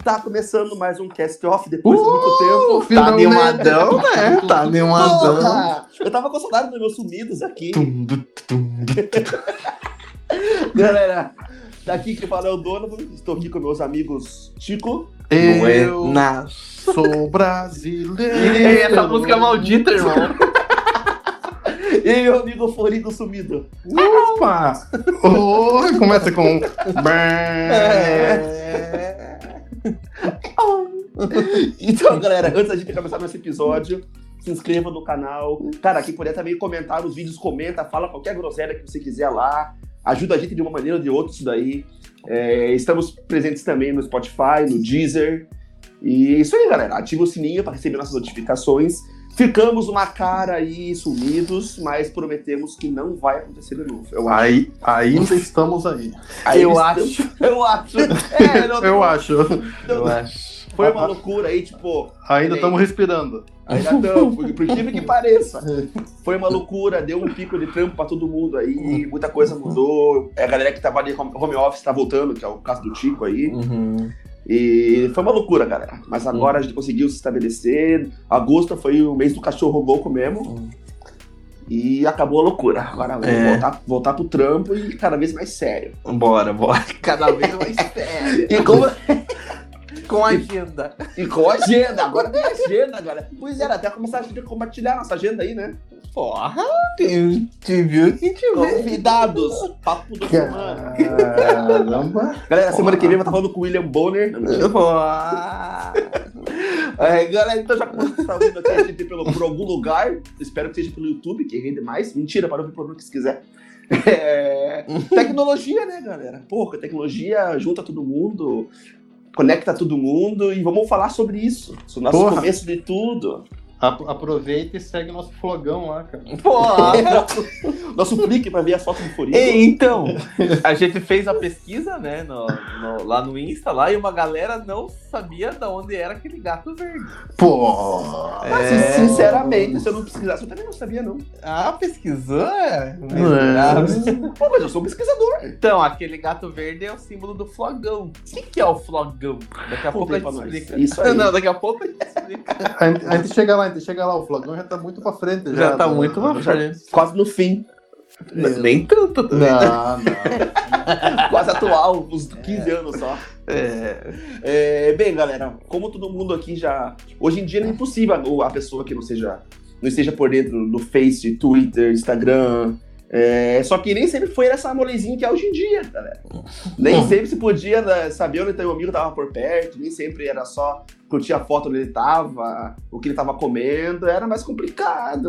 Tá começando mais um cast-off depois de muito tempo. Tá animadão, né? Tá animadão. Porra! Eu tava com saudade dos meus sumidos aqui. Galera, daqui que fala é o Donovan. Estou aqui com meus amigos Chico. Eu sou brasileiro. Essa música é maldita, irmão. E meu amigo Florido sumido. Opa! Oi, começa com... Então, galera, antes da gente começar nosso episódio, se inscreva no canal. Cara, quem puder também comentar os vídeos, comenta, fala qualquer groselha que você quiser lá. Ajuda a gente de uma maneira ou de outra isso daí. Estamos presentes também no Spotify, no Deezer. E é isso aí, galera. Ativa o sininho para receber nossas notificações. Ficamos uma cara aí sumidos, mas prometemos que não vai acontecer de novo. Ainda estamos aí. Eu acho. Eu acho. Foi uma loucura aí, tipo... Ainda estamos respirando. Ainda estamos, por incrível que pareça. Foi uma loucura, deu um pico de trampo pra todo mundo aí, muita coisa mudou. A galera que tava ali home office tá voltando, que é o caso do Chico aí. Uhum. E foi uma loucura, galera. Mas agora a gente conseguiu se estabelecer. Agosto foi o mês do cachorro louco mesmo. E acabou a loucura. Agora vamos voltar pro trampo e cada vez mais sério. Bora. Cada vez mais sério. E como... Com agenda. E com agenda. Agora tem agenda, galera. Pois é, até começar a gente a compartilhar nossa agenda aí, né? Porra, te viu que te viu. Convidados. Papo da semana. Caramba. Galera, semana que vem eu vou estar falando com o William Bonner. Galera, então já que você está ouvindo aqui a gente por algum lugar, espero que seja pelo YouTube, que rende mais. Mentira, para ouvir por onde que você quiser. Tecnologia, né, galera? Porra, tecnologia junta todo mundo, conecta todo mundo e vamos falar sobre isso. Sobre o nosso começo de tudo. Aproveita e segue o nosso flogão lá, cara. Nosso clique pra ver as fotos do Florido. Então, a gente fez a pesquisa, né, lá no Insta, lá, e uma galera não sabia de onde era aquele gato verde. Mas, sinceramente, se eu não pesquisasse, eu também não sabia, não. Pesquisou? Pô, mas eu sou um pesquisador. Então, aquele gato verde é o símbolo do flogão. O que é o flogão? Daqui a pouco a gente explica. Isso aí. Não, daqui a pouco a gente explica. A gente chega lá, o flogão já tá muito pra frente. Já tá muito pra frente. Quase no fim. Nem tanto também. Não. Quase atual, uns 15 anos só. Bem, galera, como todo mundo aqui já... Hoje em dia é impossível a pessoa que não esteja por dentro do Face, Twitter, Instagram... Só que nem sempre foi essa molezinha que é hoje em dia, galera. Nem sempre se podia saber onde teu amigo tava por perto, nem sempre era só curtir a foto onde ele tava, o que ele tava comendo, era mais complicado.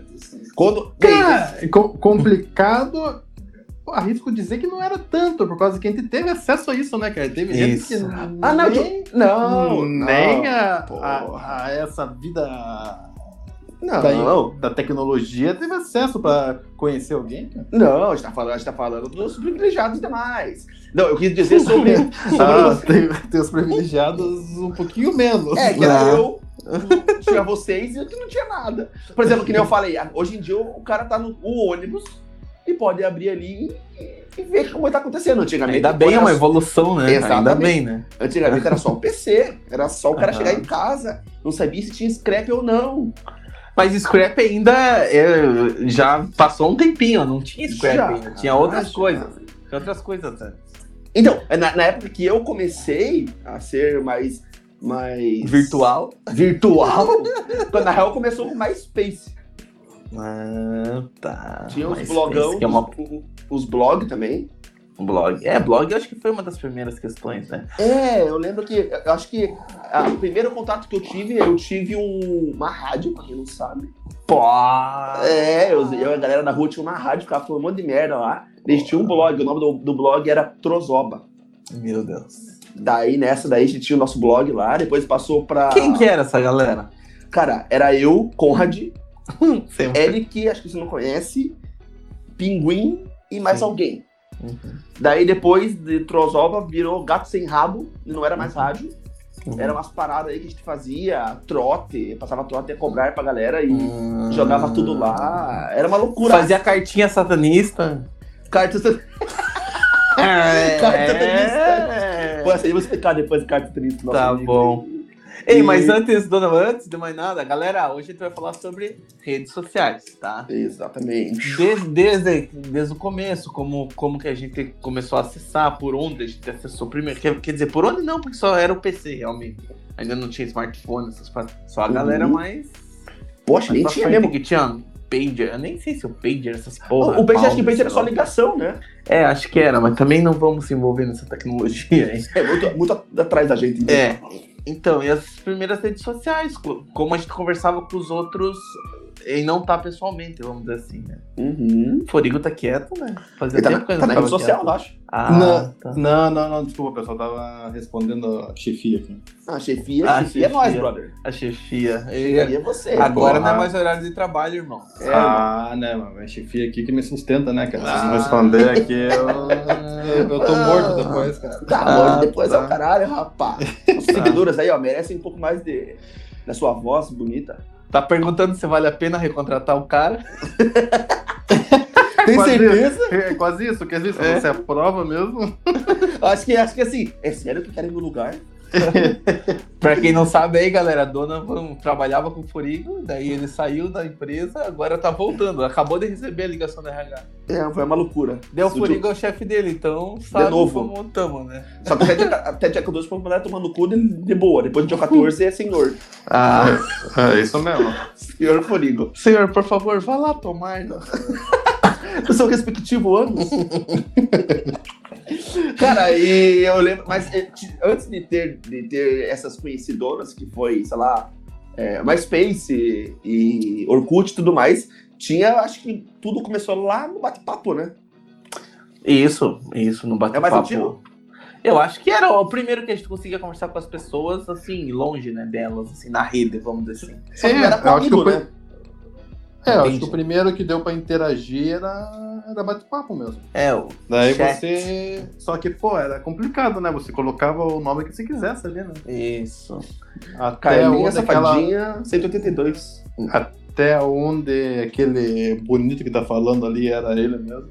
Complicado, arrisco dizer que não era tanto, por causa que a gente teve acesso a isso, né, cara? Teve gente que nem a essa vida... Da tecnologia teve acesso pra conhecer alguém, cara? Não, a gente tá falando dos privilegiados demais. Não, eu quis dizer sobre tem os privilegiados um pouquinho menos. Que era eu, tinha vocês e que não tinha nada. Por exemplo, que nem eu falei, hoje em dia o cara tá no ônibus e pode abrir ali e ver como tá acontecendo. Antigamente... Ainda bem, é uma evolução, né? Exatamente. Ainda bem, né? Antigamente era só um PC, era só o cara chegar em casa, não sabia se tinha scrap ou não. Mas scrap ainda já passou um tempinho, não tinha scrap ainda, tinha outras coisas. Tinha outras coisas antes. Então, na época que eu comecei a ser mais virtual, quando na real começou com MySpace. Tá. Tinha os blogão, os blogs também. Um blog. Blog eu acho que foi uma das primeiras questões, né? Eu lembro que, eu acho que o primeiro contato que eu tive uma rádio, pra quem não sabe. Eu e a galera na rua tinha uma rádio, ficava falando um monte de merda lá. Eles tinham um blog, o nome do blog era Trozoba. Meu Deus. Daí, nessa daí, a gente tinha o nosso blog lá, depois passou pra... Quem que era essa galera? Cara, era eu, Conrad, Eric, acho que você não conhece, Pinguim e mais alguém. Daí depois de Trozoba virou Gato Sem Rabo, não era mais rádio. Era umas paradas aí que a gente fazia, trote, passava trote a cobrar pra galera e jogava tudo lá. Era uma loucura. Fazia cartinha satanista. Carta satanista. Essa aí eu vou explicar depois do carta triste. Tá bom. Ei, mas antes de mais nada, galera, hoje a gente vai falar sobre redes sociais, tá? Exatamente. Desde o começo, como que a gente começou a acessar, por onde a gente acessou primeiro. Quer dizer, por onde não, porque só era o PC, realmente. Ainda não tinha smartphone, essas coisas. Só a galera mais... Poxa, nem tinha mesmo. Que tinha pager, eu nem sei se o pager, essas porra. O pager, acho que o pager era só ligação, né? Acho que era, mas também não vamos se envolver nessa tecnologia aí. Muito atrás da gente. Então, e as primeiras redes sociais, como a gente conversava com os outros e não tá pessoalmente, vamos dizer assim, né? Uhum. Forigo tá quieto, né? Fazia tempo que ele tá na rede social, eu acho. Não, desculpa, o pessoal tava respondendo a chefia aqui. A chefia é nós, brother. A chefia. Chefia é você. Agora não é mais horário de trabalho, irmão. Né, mano? A chefia aqui que me sustenta, né, cara? Se não responder aqui, eu tô morto depois, cara. Morto depois é o caralho, rapaz. Os seguidoras aí, ó, merecem um pouco mais da sua voz bonita. Tá perguntando se vale a pena recontratar o cara? Tem certeza? É quase isso, quer dizer, você aprova mesmo? Acho que assim, é sério que querem no lugar? Pra quem não sabe aí, galera, a dona trabalhava com o Forigo, daí ele saiu da empresa, agora tá voltando. Acabou de receber a ligação da RH. Foi uma loucura. O Forigo é o chefe dele, então sabe como tamo, né? Só que até dia 14 foi mandar tomar no cu de boa. Depois do dia 14 é senhor. É isso mesmo. Senhor Forigo. Senhor, por favor, vá lá tomar. Do seu respectivo anos. Cara, e eu lembro, mas antes de ter essas conhecedoras, que foi, sei lá, MySpace e Orkut e tudo mais, acho que tudo começou lá no bate-papo, né? Isso, no bate-papo. É mais antigo? Eu acho que era o primeiro que a gente conseguia conversar com as pessoas, assim, longe, né, delas, assim, na rede, vamos dizer assim. Só que era comigo, né? Eu acho que o primeiro que deu pra interagir era bate-papo mesmo. Daí chat. Você... Só que, era complicado, né? Você colocava o nome que você quisesse ali, né? Isso. Até onde Safadinha 182. Até onde aquele bonito que tá falando ali era ele mesmo.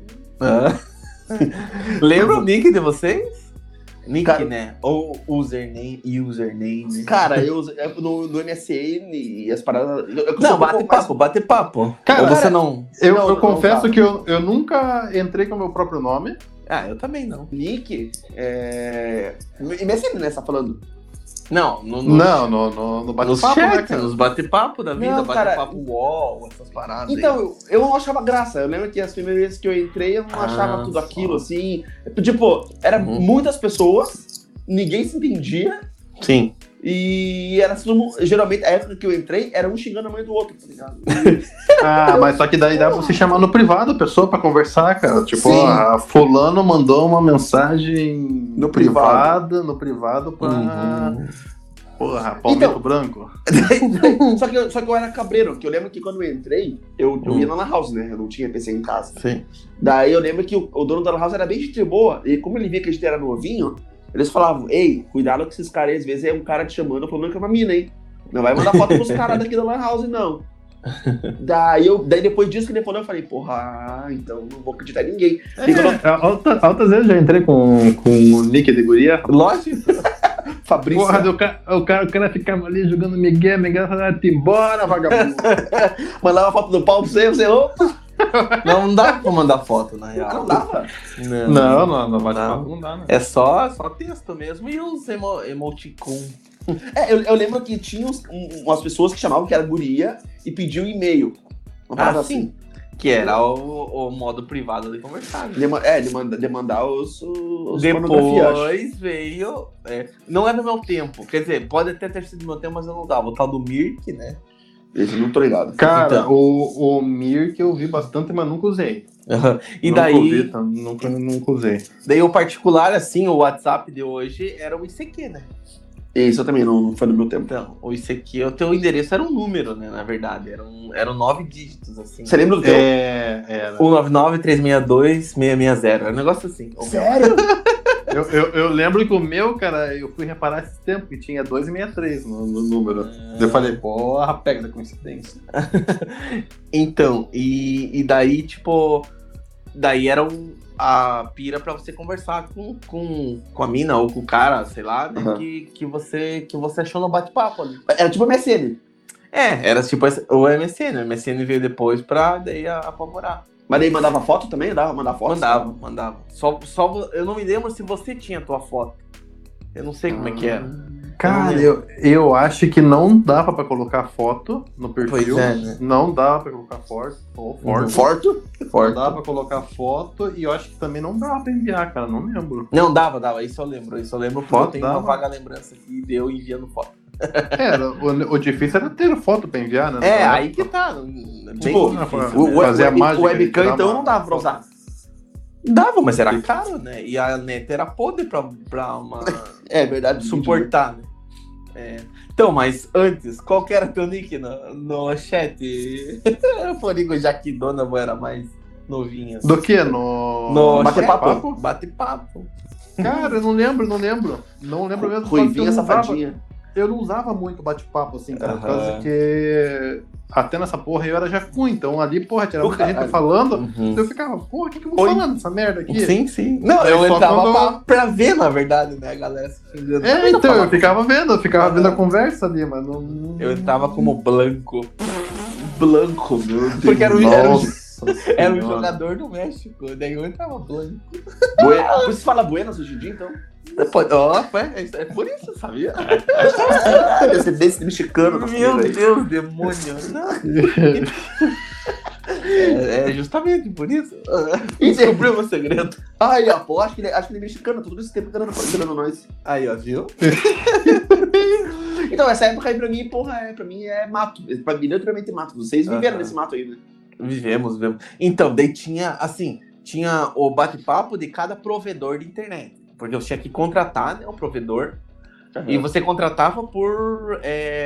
Lembra o nick de vocês? Nick, cara, né? Ou username. Cara, no MSN e as paradas... Não, bate-papo. Cara, você não... Eu confesso que eu nunca entrei com o meu próprio nome. Eu também não. Nick, MSN, né, você tá falando? Não, no bate-papo, né, cara? Nos bate-papo da vida, não, bate-papo UOL, essas paradas. Então, eu não achava graça. Eu lembro que as primeiras vezes que eu entrei, eu não achava tudo aquilo, assim. Tipo, era muitas pessoas, ninguém se entendia. Sim. E era todo mundo, geralmente, a época que eu entrei, era um xingando a mãe do outro, tá ligado? Mas só que daí dá pra você chamar no privado a pessoa pra conversar, cara. Tipo, a fulano mandou uma mensagem no privado pra... Porra, palmito branco. Só que eu era cabreiro, que eu lembro que quando eu entrei, eu ia na Lan House, né? Eu não tinha PC em casa. Sim. Daí eu lembro que o dono da Lan House era bem gente boa, e como ele via que a gente era novinho, eles falavam, ei, cuidado com esses caras aí, às vezes é um cara te chamando, falando que é uma mina, hein? Não vai mandar foto pros caras daqui da Lan House, não. Daí depois disso que ele falou, eu falei, porra, então não vou acreditar em ninguém. Altas vezes já entrei com o nick de guria. Lógico. Fabrício. Porra, o cara ficava ali jogando Miguel, falava, embora, vagabundo. Mandava foto do pau pra você, opa. Não dá pra mandar foto, na real. Não dava? Não dá, né? É só texto mesmo e os emoticon. Eu lembro que tinha umas pessoas que chamavam que era guria e pediam e-mail. Uma parada assim. Que era o modo privado de conversar. De mandar os depois veio... não é do meu tempo. Quer dizer, pode até ter sido do meu tempo, mas eu não dava. O tal do Mirk, né? Esse eu não tô ligado. Cara, então, o Mirk eu vi bastante, mas nunca usei. E daí... Nunca usei. Daí o particular, assim, o WhatsApp de hoje era o ICQ, né? Isso eu também não foi no meu tempo. Então, o ICQ, o teu endereço era um número, né? Na verdade, eram 9 dígitos, assim. Você lembra do teu? Era. 199-362-660. Era um negócio assim. Sério? eu lembro que o meu, cara, eu fui reparar esse tempo que tinha 263 no número. Eu falei, porra, pega da coincidência. Então, e daí, tipo... daí era a pira pra você conversar com a mina ou com o cara, sei lá, né, que você achou no bate-papo ali. Era tipo MSN. Era tipo o MSN. O MSN veio depois pra daí apavorar. Mas daí mandava foto também? Mandava foto? Mandava. Só eu não me lembro se você tinha a tua foto. Eu não sei como é que era. Cara, eu acho que não dava pra colocar foto no perfil. Pois é, né? Não dava pra colocar foto. Não dava pra colocar foto e eu acho que também não dava pra enviar, cara. Não lembro. Não, dava. Isso eu lembro porque foto, eu tenho uma vaga lembrança aqui de eu enviando foto. O difícil era ter foto pra enviar, né? Aí que tá. Tipo, fazer a mágica. O webcam, então, não dava pra usar. Dava, mas era caro, né? E a net era podre pra uma... verdade. Suportar, né? Então, mas antes, qual que era teu nick no chat? Forigo Jaque Donovan era mais novinha. Do que? No bate-papo? Bate-papo. Cara, eu não lembro. Não lembro mesmo. Ruivinha safadinha. Eu não usava muito bate-papo, assim, cara, por causa que até nessa porra eu era Jacu, então ali, porra, tinha muita gente falando, eu ficava, porra, o que eu vou falar nessa merda aqui? Sim. Não, eu entrava pra ver, na verdade, né, a galera se xingando. Então, eu ficava vendo a conversa ali, mas não... Eu entrava como Blanco, meu Deus. porque era um jogador do México, daí eu entrava Blanco. Você fala Buenas hoje em dia, então? É por isso, sabia? Descendência mexicano. Meu Deus, demônio. É justamente por isso. Descobriu o segredo. Ai, acho que ele é mexicano, todo esse tempo enganando nós. Aí, ó, viu? Então, essa época aí pra mim, pra mim é mato. Pra mim, literalmente mato. Vocês viveram nesse mato aí, né? Vivemos. Então, daí tinha o bate-papo de cada provedor de internet. Porque eu tinha que contratar, né, um provedor. E você contratava por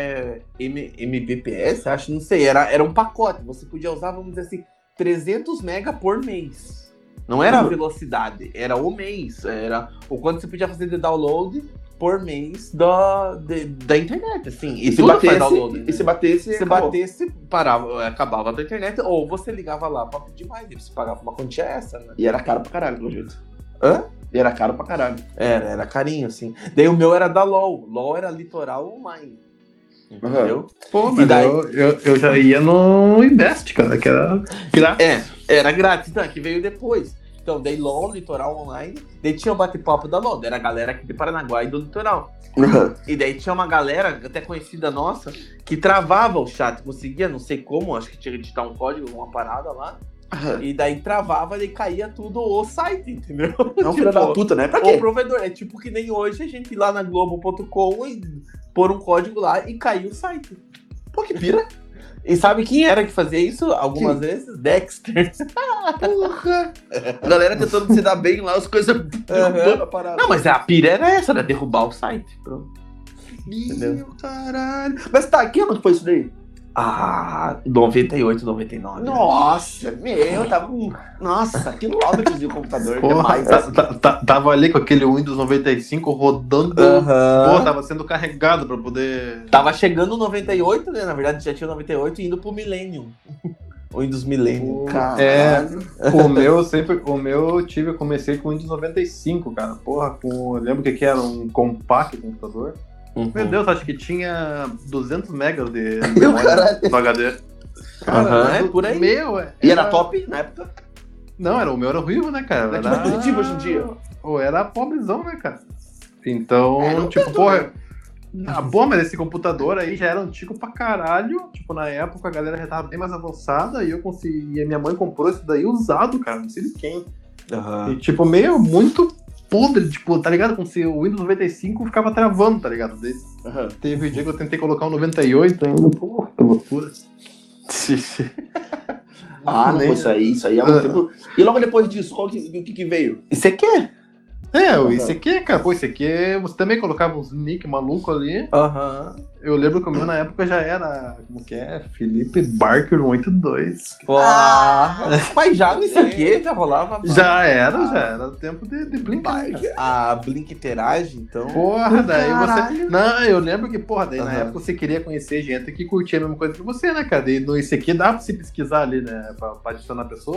Mbps, acho, não sei. Era um pacote. Você podia usar, vamos dizer assim, 300 mega por mês. Não era a velocidade, era o mês. Era o quanto você podia fazer de download por mês da internet, assim. E se batesse, download, né? Se batesse, parava, acabava da internet, ou você ligava lá pra pedir mais, e você pagava uma quantia essa, né? E era caro pra caralho, pelo jeito. Hã? E era caro pra caralho. Era carinho, assim. Daí o meu era da LOL. LOL era litoral online. Entendeu? Pô, mas daí... eu já ia no Invest, cara, que era grátis. Era grátis, então, que veio depois. Então, daí LOL, litoral online. Daí tinha o bate-papo da LOL. Era a galera aqui de Paranaguá e do litoral. E daí tinha uma galera, até conhecida nossa, que travava o chat. Conseguia, não sei como, acho que tinha que digitar um código, uma parada lá. E daí travava e caía tudo o site, entendeu? Não, filho da puta, né? Pra quê? O provedor. É tipo que nem hoje a gente ir lá na Globo.com e pôr um código lá e cair o site. Pô, que pira. E sabe quem era que fazia isso algumas vezes? Dexter. Porra! A galera tentando se dar bem lá, as coisas derrubando a parada. Não, mas a pira era essa, né? Derrubar o site. Pronto. Meu caralho. Mas tá, que ano foi isso daí? 98, 99. Nossa, meu, tava... Nossa, quilômetros de computador. Porra, tava ali com aquele Windows 95 rodando. Porra, tava sendo carregado pra poder... Tava chegando o 98, né? Na verdade já tinha o 98 e indo pro Millennium. O Windows Millennium. Caralho. Eu comecei com o Windows 95, cara. Porra, eu lembro que era um compact computador. Meu Deus, acho que tinha 200 megas de memória no HD. Por aí. E era top na época? Não, o meu era horrível, né, cara? Era competitivo hoje em dia. Ou era pobrezão, né, cara? Então, tipo, porra... mas esse computador aí já era antigo pra caralho. Tipo, na época a galera já tava bem mais avançada e eu consegui... E a minha mãe comprou esse daí usado, cara, não sei de quem. E tipo, muito... podre, tipo, tá ligado? Como se o Windows 95 ficava travando, tá ligado? Teve um dia que eu tentei colocar o 98 ainda, porra, que loucura. Não, isso aí é um tempo... E logo depois disso, o que veio? ICQ? O ICQ, cara, pô, ICQ, você também colocava uns nick maluco ali. Eu lembro que o meu na época já era, como que é? Felipe Barker 182. Mas já no ICQ já rolava. Já era tempo de Blink. A Blink interage, então. Porra, daí você. Não, eu lembro que, porra, daí na época você queria conhecer gente que curtia a mesma coisa que você, né, cara? E no ICQ dá pra você pesquisar ali, né? Pra adicionar a pessoa.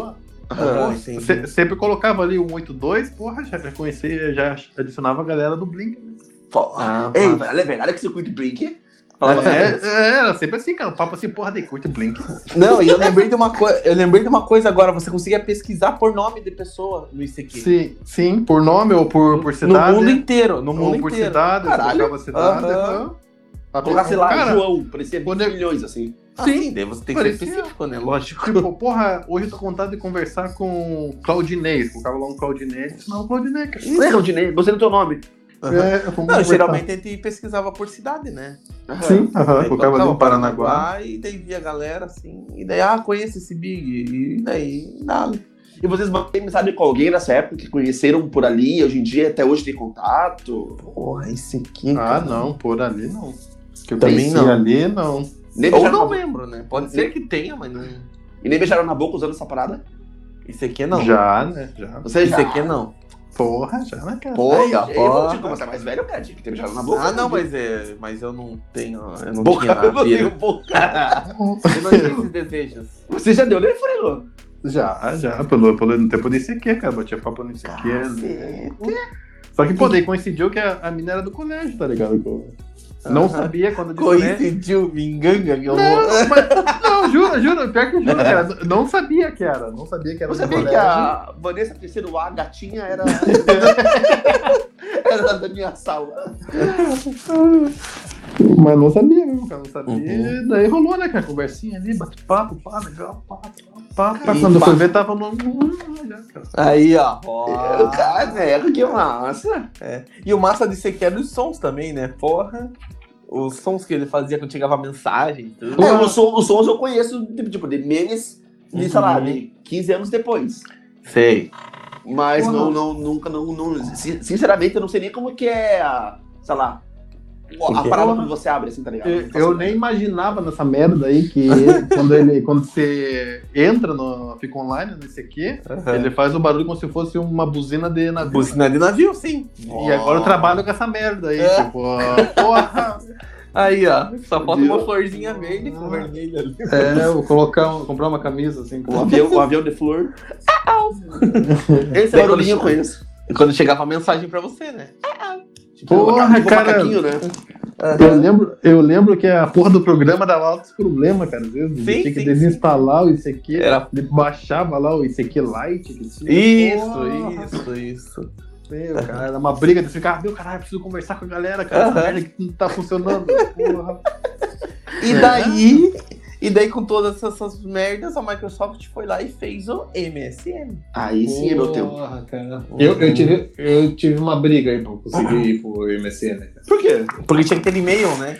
Sempre colocava ali o 182, porra, já conhecia, já adicionava a galera do Blink. É verdade que você curte Blink? Era sempre assim, cara. O papo assim, porra, de curte Blink. Não, e eu lembrei de uma coisa agora. Você conseguia pesquisar por nome de pessoa no ICQ. Sim, por nome ou por cidade. No mundo inteiro. No mundo por inteiro. Cidade, colocava cidade. Colocar, sei lá, João, parecia 20 milhões, assim. Sim, daí você tem que ser específico, né? Lógico. Tipo, porra, hoje eu tô com vontade de conversar com Claudinei. Colocava lá um Claudinei. Não, Claudinei, cara. Não é Claudinei, você não tem o nome. Não, geralmente a gente pesquisava por cidade, né? Sim, colocava ali no Paranaguá. E daí via a galera assim, e daí, conhece esse Big, e daí, nada. E vocês mantêm amizade com alguém nessa época que conheceram por ali, hoje em dia, até hoje tem contato? Porra, esse aqui, cara. Não, por ali não. Que eu também não. Ali não. Ou não lembro, né? Pode ser que tenha, mas não. E nem beijaram na boca usando essa parada? Esse aqui não. Já, né? Já. Esse aqui não. Porra, já na cara. Porra, como você é mais velho, cara, tinha que ter beijado na boca. Não, mas eu não tenho. Eu não boca, tinha eu não tenho boca. Eu não tenho esses desejos. Você já deu, né, Furilo? Já, pelo tempo do ICQ, cara. Batia papo no ICQ. Só que, pô, daí coincidiu que a mina era do colégio, tá ligado? Não sabia quando disse. Coincidiu, me enganga que eu vou. Não, juro, pior que juro, cara. Não sabia que era. Não sabia que era. Você sabia que a Vanessa terceiro A, gatinha, era. Era da minha sala. Mas não sabia mesmo, cara. Não sabia. E daí rolou, né, cara? Conversinha ali, bate-papo, legal, papo. Quando eu fui ver, tava no. Aí, ó. Cara, que massa. E o massa de ser que era os sons também, né? Porra. Os sons que ele fazia quando chegava a mensagem e tudo. Os sons eu conheço, tipo, de memes, de, sei lá, de 15 anos depois. Sei. Mas nunca, sinceramente, eu não sei nem como que é sei lá, a parada quando você abre, assim, tá ligado? Eu nem imaginava nessa merda aí que quando você entra fica online no ICQ, ele faz o barulho como se fosse uma buzina de navio. Buzina de navio, sim. E agora eu trabalho com essa merda aí, tipo, porra. Aí, ó, só falta uma florzinha verde com vermelho ali. Vou comprar uma camisa assim, com um avião de flor. Esse barulhinho eu conheço. Quando chegava a mensagem pra você, né? Porra, cara. Né? Eu lembro que a porra do programa dava altos problemas, cara. Às vezes tinha que desinstalar o ICQ, baixava lá o ICQ Lite. Isso. Meu, cara, era uma briga de ficar, meu caralho, preciso conversar com a galera, cara, essa merda que não tá funcionando, porra. E daí com todas essas merdas, a Microsoft foi lá e fez o MSN. Aí sim, meu teu. Cara. Eu tive uma briga aí pra conseguir ir pro MSN. Cara. Por quê? Porque tinha que ter e-mail, né?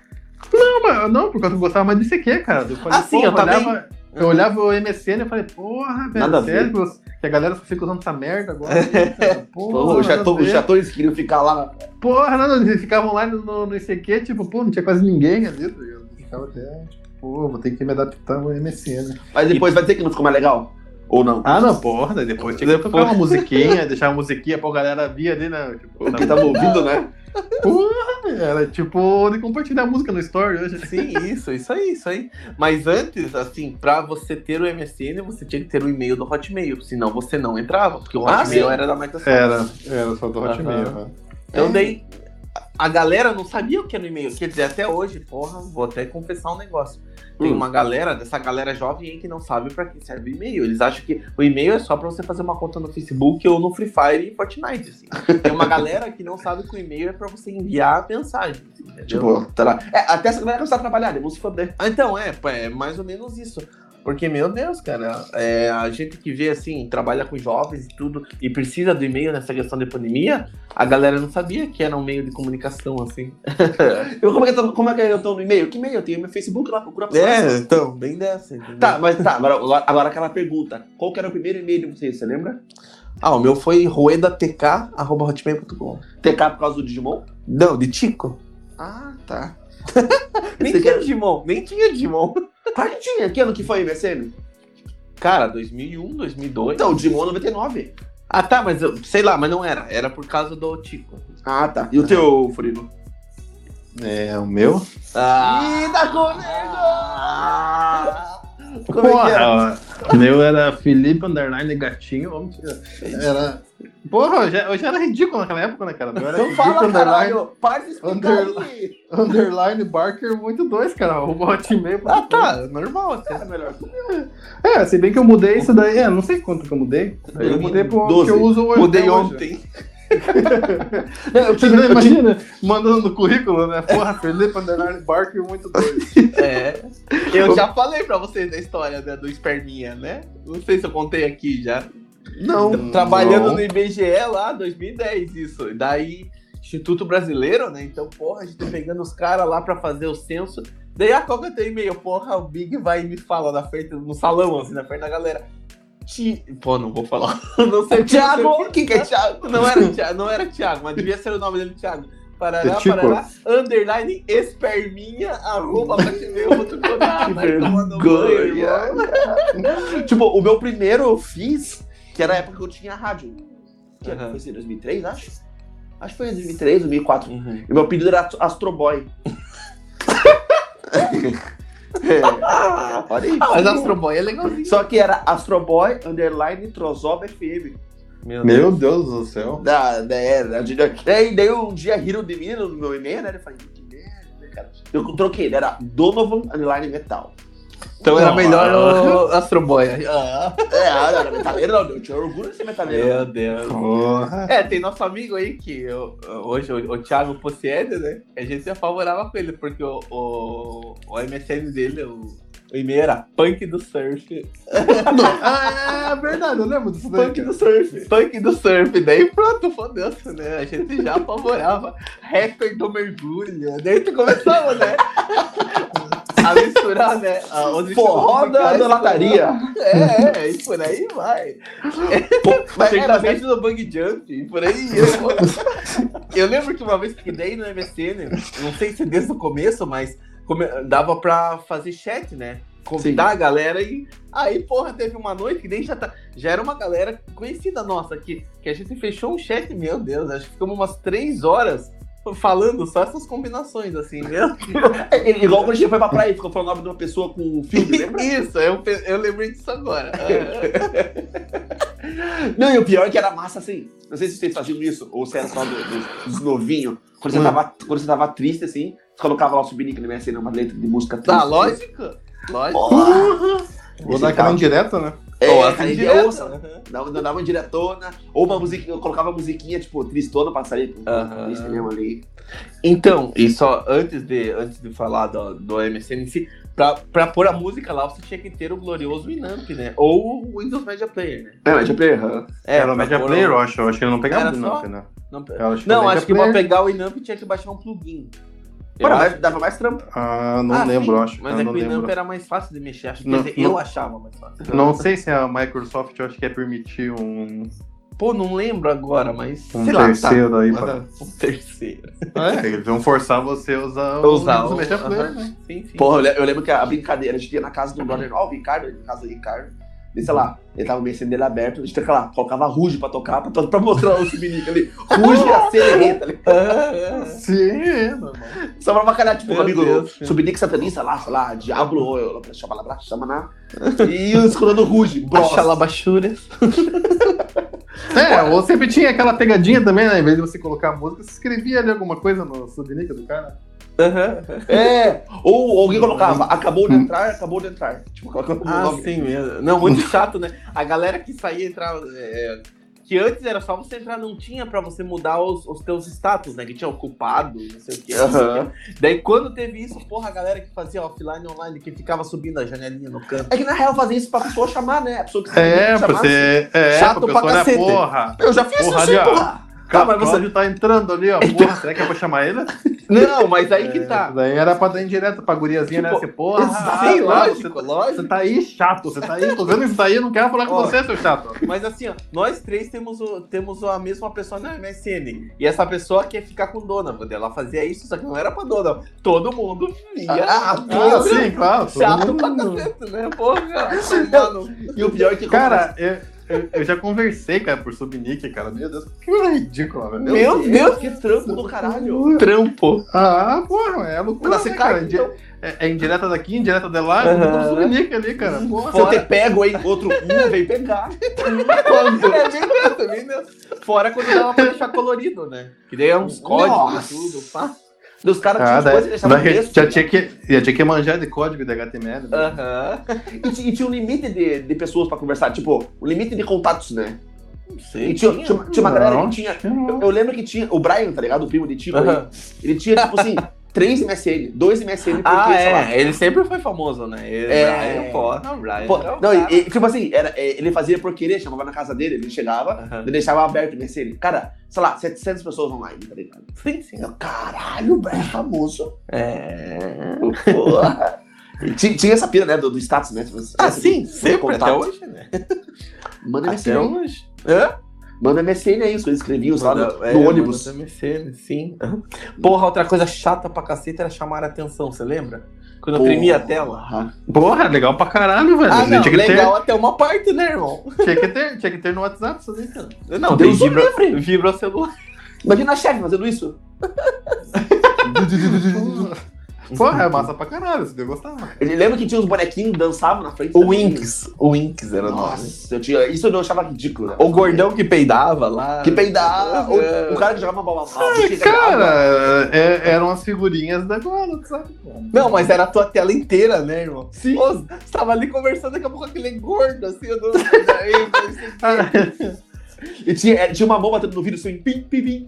Não, porque eu gostava mais disso aqui, cara. Eu falei, eu também. Eu olhava o MSN e falei, porra, velho, sério, que a galera só fica usando essa merda agora. Porra, os chatões queriam ficar lá. Porra, não, eles ficavam lá no ICQ, tipo, pô, não tinha quase ninguém ali. Eu ficava até, tipo, pô, vou ter que me adaptar ao MSN. Mas depois vai dizer que não ficou mais legal? Ou não? Não, porra, daí depois tinha que tocar uma musiquinha, deixar uma musiquinha pra galera vir ali, né? Tipo, quem tava ouvindo, né? Porra, era tipo de compartilhar música no story hoje. Sim, isso aí. Mas antes, assim, pra você ter o MSN, você tinha que ter o e-mail do Hotmail, senão você não entrava, porque o Hotmail era da Microsoft. Era só do Hotmail. Então daí, a galera não sabia o que era o e-mail. Quer dizer, até hoje, porra, vou até confessar um negócio. Tem uma galera, dessa galera jovem aí que não sabe pra que serve o e-mail. Eles acham que o e-mail é só pra você fazer uma conta no Facebook ou no Free Fire e Fortnite, assim. Tem uma galera que não sabe que o e-mail é pra você enviar mensagens, entendeu? Tipo, tá lá. Até essa galera começar a trabalhar, vamos se foder. Então, é mais ou menos isso. Porque, meu Deus, cara, a gente que vê, assim, trabalha com jovens e tudo, e precisa do e-mail nessa questão de pandemia, a galera não sabia que era um meio de comunicação, assim. Como é que eu tô no e-mail? Que e-mail? Eu tenho meu Facebook lá, procura então, bem dessa. Entendeu? Agora aquela pergunta. Qual que era o primeiro e-mail de vocês, você lembra? O meu foi ruedatk@hotmail.com. TK por causa do Digimon? Não, de Tico. Tá. Nem tinha Digimon. Claro que tinha. Que ano que foi, MSN? Cara, 2001, 2002. Então, o Digimon 99. Tá, mas sei lá, mas não era. Era por causa do Tico. Tá. E o teu, Furilo? O meu? Ih, tá comigo! Porra! Meu era Felipe Underline Gatinho, vamos tirar. Era... Porra, eu já era ridículo naquela época, né, cara? Meu era Então fala, caralho, para de explicar aí. Underline Barker muito 2, cara. O Hotmail. Ah, tá, normal, até é melhor que o meu. Se bem que eu mudei isso daí, não sei quanto que eu mudei. Eu mudei pro que eu uso hoje. Mudei ontem. Você não imagina mandando no currículo, né? Porra, Felipe Underline Barker muito 2. Eu já falei pra vocês da história, né, do esperminha, né? Não sei se eu contei aqui já. Não. Trabalhando no IBGE lá, 2010, isso. Daí, Instituto Brasileiro, né? Então, porra, a gente tá pegando os caras lá pra fazer o censo. Daí a Coca tem e-mail, porra, o Big vai e me fala na frente, no salão, assim, na frente da galera. Pô, não vou falar. Não sei. Thiago, quem que é Thiago? Não era Thiago, mas devia ser o nome dele, Thiago. Parará, underline esperminha, arroba Que vergonha. Tipo, o meu primeiro eu fiz, que era a época que eu tinha rádio. Que foi assim, 2003, acho? Acho que foi em 2003, 2004. E meu apelido era Astro Boy. Mas Astro Boy é legalzinho. Só que era Astro Boy, underline, Trozoba FM. Meu Deus do céu. Daí um dia riram de mim no meu e-mail, né? Eu falei, que merda, cara. Eu troquei, era Donovan underline Metal. Então era melhor o Astro Boy. Não era metaleiro, não. Eu tinha orgulho de ser metaleiro. Meu Deus. Tem nosso amigo aí que hoje, o Thiago Possiede, né? A gente se favorável com ele, porque o MSN dele, o e-mail era Punk do Surf. É verdade, eu lembro disso daí. Punk do Surf. Daí pronto, fodeu-se, né? A gente já apavorava. Hacker do mergulho. Daí tu começava, né? A misturar, né? Forró da lataria. E por aí vai. Certamente no bang jump, e por aí. Eu lembro que uma vez que dei no MSN, não sei se desde o começo, mas dava pra fazer chat, né? Convidar a galera e aí, porra, teve uma noite que nem já era uma galera conhecida nossa que a gente fechou um chat, meu Deus, acho que ficamos umas 3 horas falando só essas combinações, assim, mesmo. Igual quando a gente foi pra praia e ficou falando o nome de uma pessoa com um filme, lembra? Isso, eu lembrei disso agora. Não, e o pior é que era massa, assim, não sei se vocês faziam isso, ou se era só dos novinhos, quando você tava triste, assim, você colocava lá o Subinic no MSN, uma letra de música triste. Lógico. Vou dar aquela indireta, né? Dava uma diretona, ou uma musiquinha, eu colocava a musiquinha, tipo, tristona pra sair triste mesmo ali. Então, e só antes de falar do MSN em si, pra pôr a música lá, você tinha que ter o glorioso Winamp, né? Ou o Windows Media Player, né? Media Player, era o Media Player, eu acho que ele não pegava o Winamp, né? Não, acho que pra pegar o Winamp tinha que baixar um plugin. Dava mais trampo. Não lembro, sim, acho. Mas é que o Winamp era mais fácil de mexer. Eu achava mais fácil. Não sei se a Microsoft, eu acho que é permitir um... Pô, não lembro agora, mas... Um terceiro aí. Um terceiro. Eles vão forçar você a usar o Media Player, né? Sim. Porra, eu lembro que a brincadeira, a gente ia na casa do brother, o Ricardo, na casa do Ricardo. E sei lá, ele tava o MSN dele aberto, a gente colocava Ruge pra tocar, pra mostrar o Subinic ali. Ruge e a Serereta ali. Sim, normal. Só pra bacalhar, tipo, um amigo Subinic satanista lá, sei lá, Diablo, chama e escutando Ruge, Xalabachuras. Ou sempre tinha aquela pegadinha também, né? Em vez de você colocar a música, você escrevia ali alguma coisa no Subinic do cara. Ou alguém colocava, acabou de entrar. Tipo, sim mesmo. Não, muito chato, né? A galera que saía e entrava. Que antes era só você entrar, não tinha pra você mudar os teus status, né? Que tinha ocupado, não sei o que. Daí quando teve isso, porra, a galera que fazia offline online, que ficava subindo a janelinha no canto. É que na real fazia isso pra pessoa chamar, né? A pessoa que chato pra cacete. Porra. Eu já fiz isso, porra. Mas você tá entrando ali, ó. Porra, será que é pra chamar ele? Não, mas aí que tá. Daí era pra dar indireto pra guriazinha, tipo, né? Você, porra. Sim, lógico. Você tá aí chato, você tá aí. Tô vendo isso daí, eu não quero falar com você, seu chato. Mas assim, ó, nós três temos a mesma pessoa na MSN. E essa pessoa quer ficar com dona, ela fazia isso, só que não era pra dona. Todo mundo via. Sim, claro. Chato pra cacete, né? Porra. E o pior é que... Cara, eu já conversei, cara, por Subinic, cara. Meu Deus, que ridículo, velho. Meu Deus, que trampo do caralho. Trampo. Porra, é loucura, você né, cai, cara? então. É indireta daqui, indireta de lá, tudo no link ali, cara. Porra. Se eu ter pego, hein, outro veio pegar. É bem dentro. Fora quando dava pra deixar colorido, né? Que daí é uns códigos e tudo, pá. Dos caras tinham coisas que deixavam texto. Já tinha que manjar de código de HTML. Né? E tinha um limite de pessoas pra conversar, tipo, o limite de contatos, né? Não sei. E tinha uma galera que tinha. Eu lembro que tinha. O Brian, tá ligado? O primo de Tico. Ele tinha, tipo assim, 3 MSN, 2 MSN por sei lá. Ele sempre foi famoso, né? Brian. Tipo assim, ele fazia por querer, chamava na casa dele, ele chegava, ele deixava aberto o MSN. Cara, sei lá, 700 pessoas online, tá ligado? Sim. Caralho, o Brian é famoso. Porra. Tinha essa pira, né, do status, né? Sim, sempre, até hoje, né? Manda MSN. Até hoje. Manda MSN aí, eles escreviam lá no ônibus. Manda MSN, sim. Porra, outra coisa chata pra cacete era chamar a atenção, você lembra? Quando eu tremia a tela. Porra, legal pra caralho, velho. Não, legal até uma parte, né, irmão? Tinha que ter no WhatsApp, isso daí, cara. Não, Deus vibra o celular. Imagina a chefe fazendo isso. Porra, é massa pra caralho, você deve gostar. Ele lembra que tinha uns bonequinhos que dançavam na frente. O Winx era nossa, isso eu achava ridículo. Né? O gordão que peidava lá. O cara que jogava bola mal. Cara, eram as figurinhas da Gola, sabe? Não, mas era a tua tela inteira, né, irmão? Sim. Pô, você tava ali conversando, daqui a pouco aquele gordo, assim, eu não E tinha uma mão batendo no vidro assim, pim.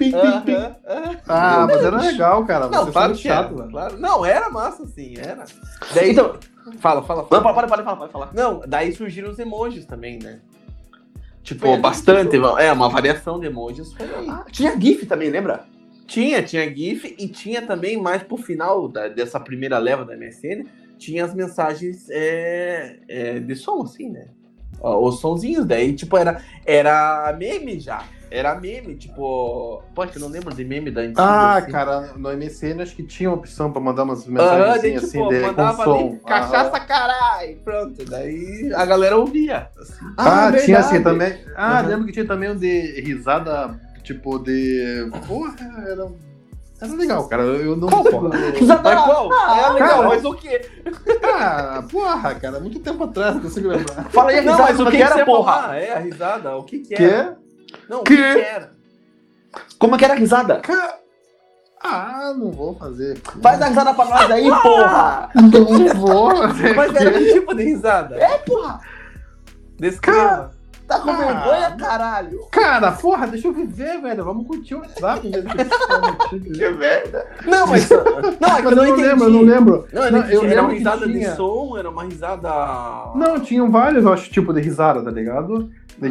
Mas era legal, cara. Não, claro que chato, era. Claro. Não, era massa, sim, era. Daí, então, fala. Não, pode falar. Não, daí surgiram os emojis também, né? Tipo, bastante. Uma variação de emojis foi aí. Tinha GIF também, lembra? Tinha GIF e tinha também, mais pro final dessa primeira leva da MSN, tinha as mensagens de som, assim, né? Os sonzinhos, daí, tipo, era meme já. Era meme, tipo... Pô, eu não lembro de meme da antiga. Assim. Cara, no MSN acho que tinha opção pra mandar umas mensagens tipo, assim, mandava com ali, som. cachaça carai, pronto. Daí a galera ouvia. Assim. Tinha assim também. Lembro que tinha também um de risada, tipo, de... Porra, era legal, cara. Eu não sei. Qual? Legal, cara, mas o quê? Porra, cara, muito tempo atrás, não consigo lembrar. Fala aí a risada, mas o que era, porra? A risada, o que era? Não, o que era? Como que era a risada? Não vou fazer. Faz a risada pra nós aí, porra! Não vou fazer. Mas era que tipo de risada? Porra! Descreva. Tá com vergonha, caralho? Cara, porra, deixa eu viver, velho. Vamos curtir o WhatsApp mesmo. Que merda. Não, mas é que eu não lembro. Eu era uma risada de som, era uma risada... Não, tinham vários, eu acho, tipo de risada, tá ligado?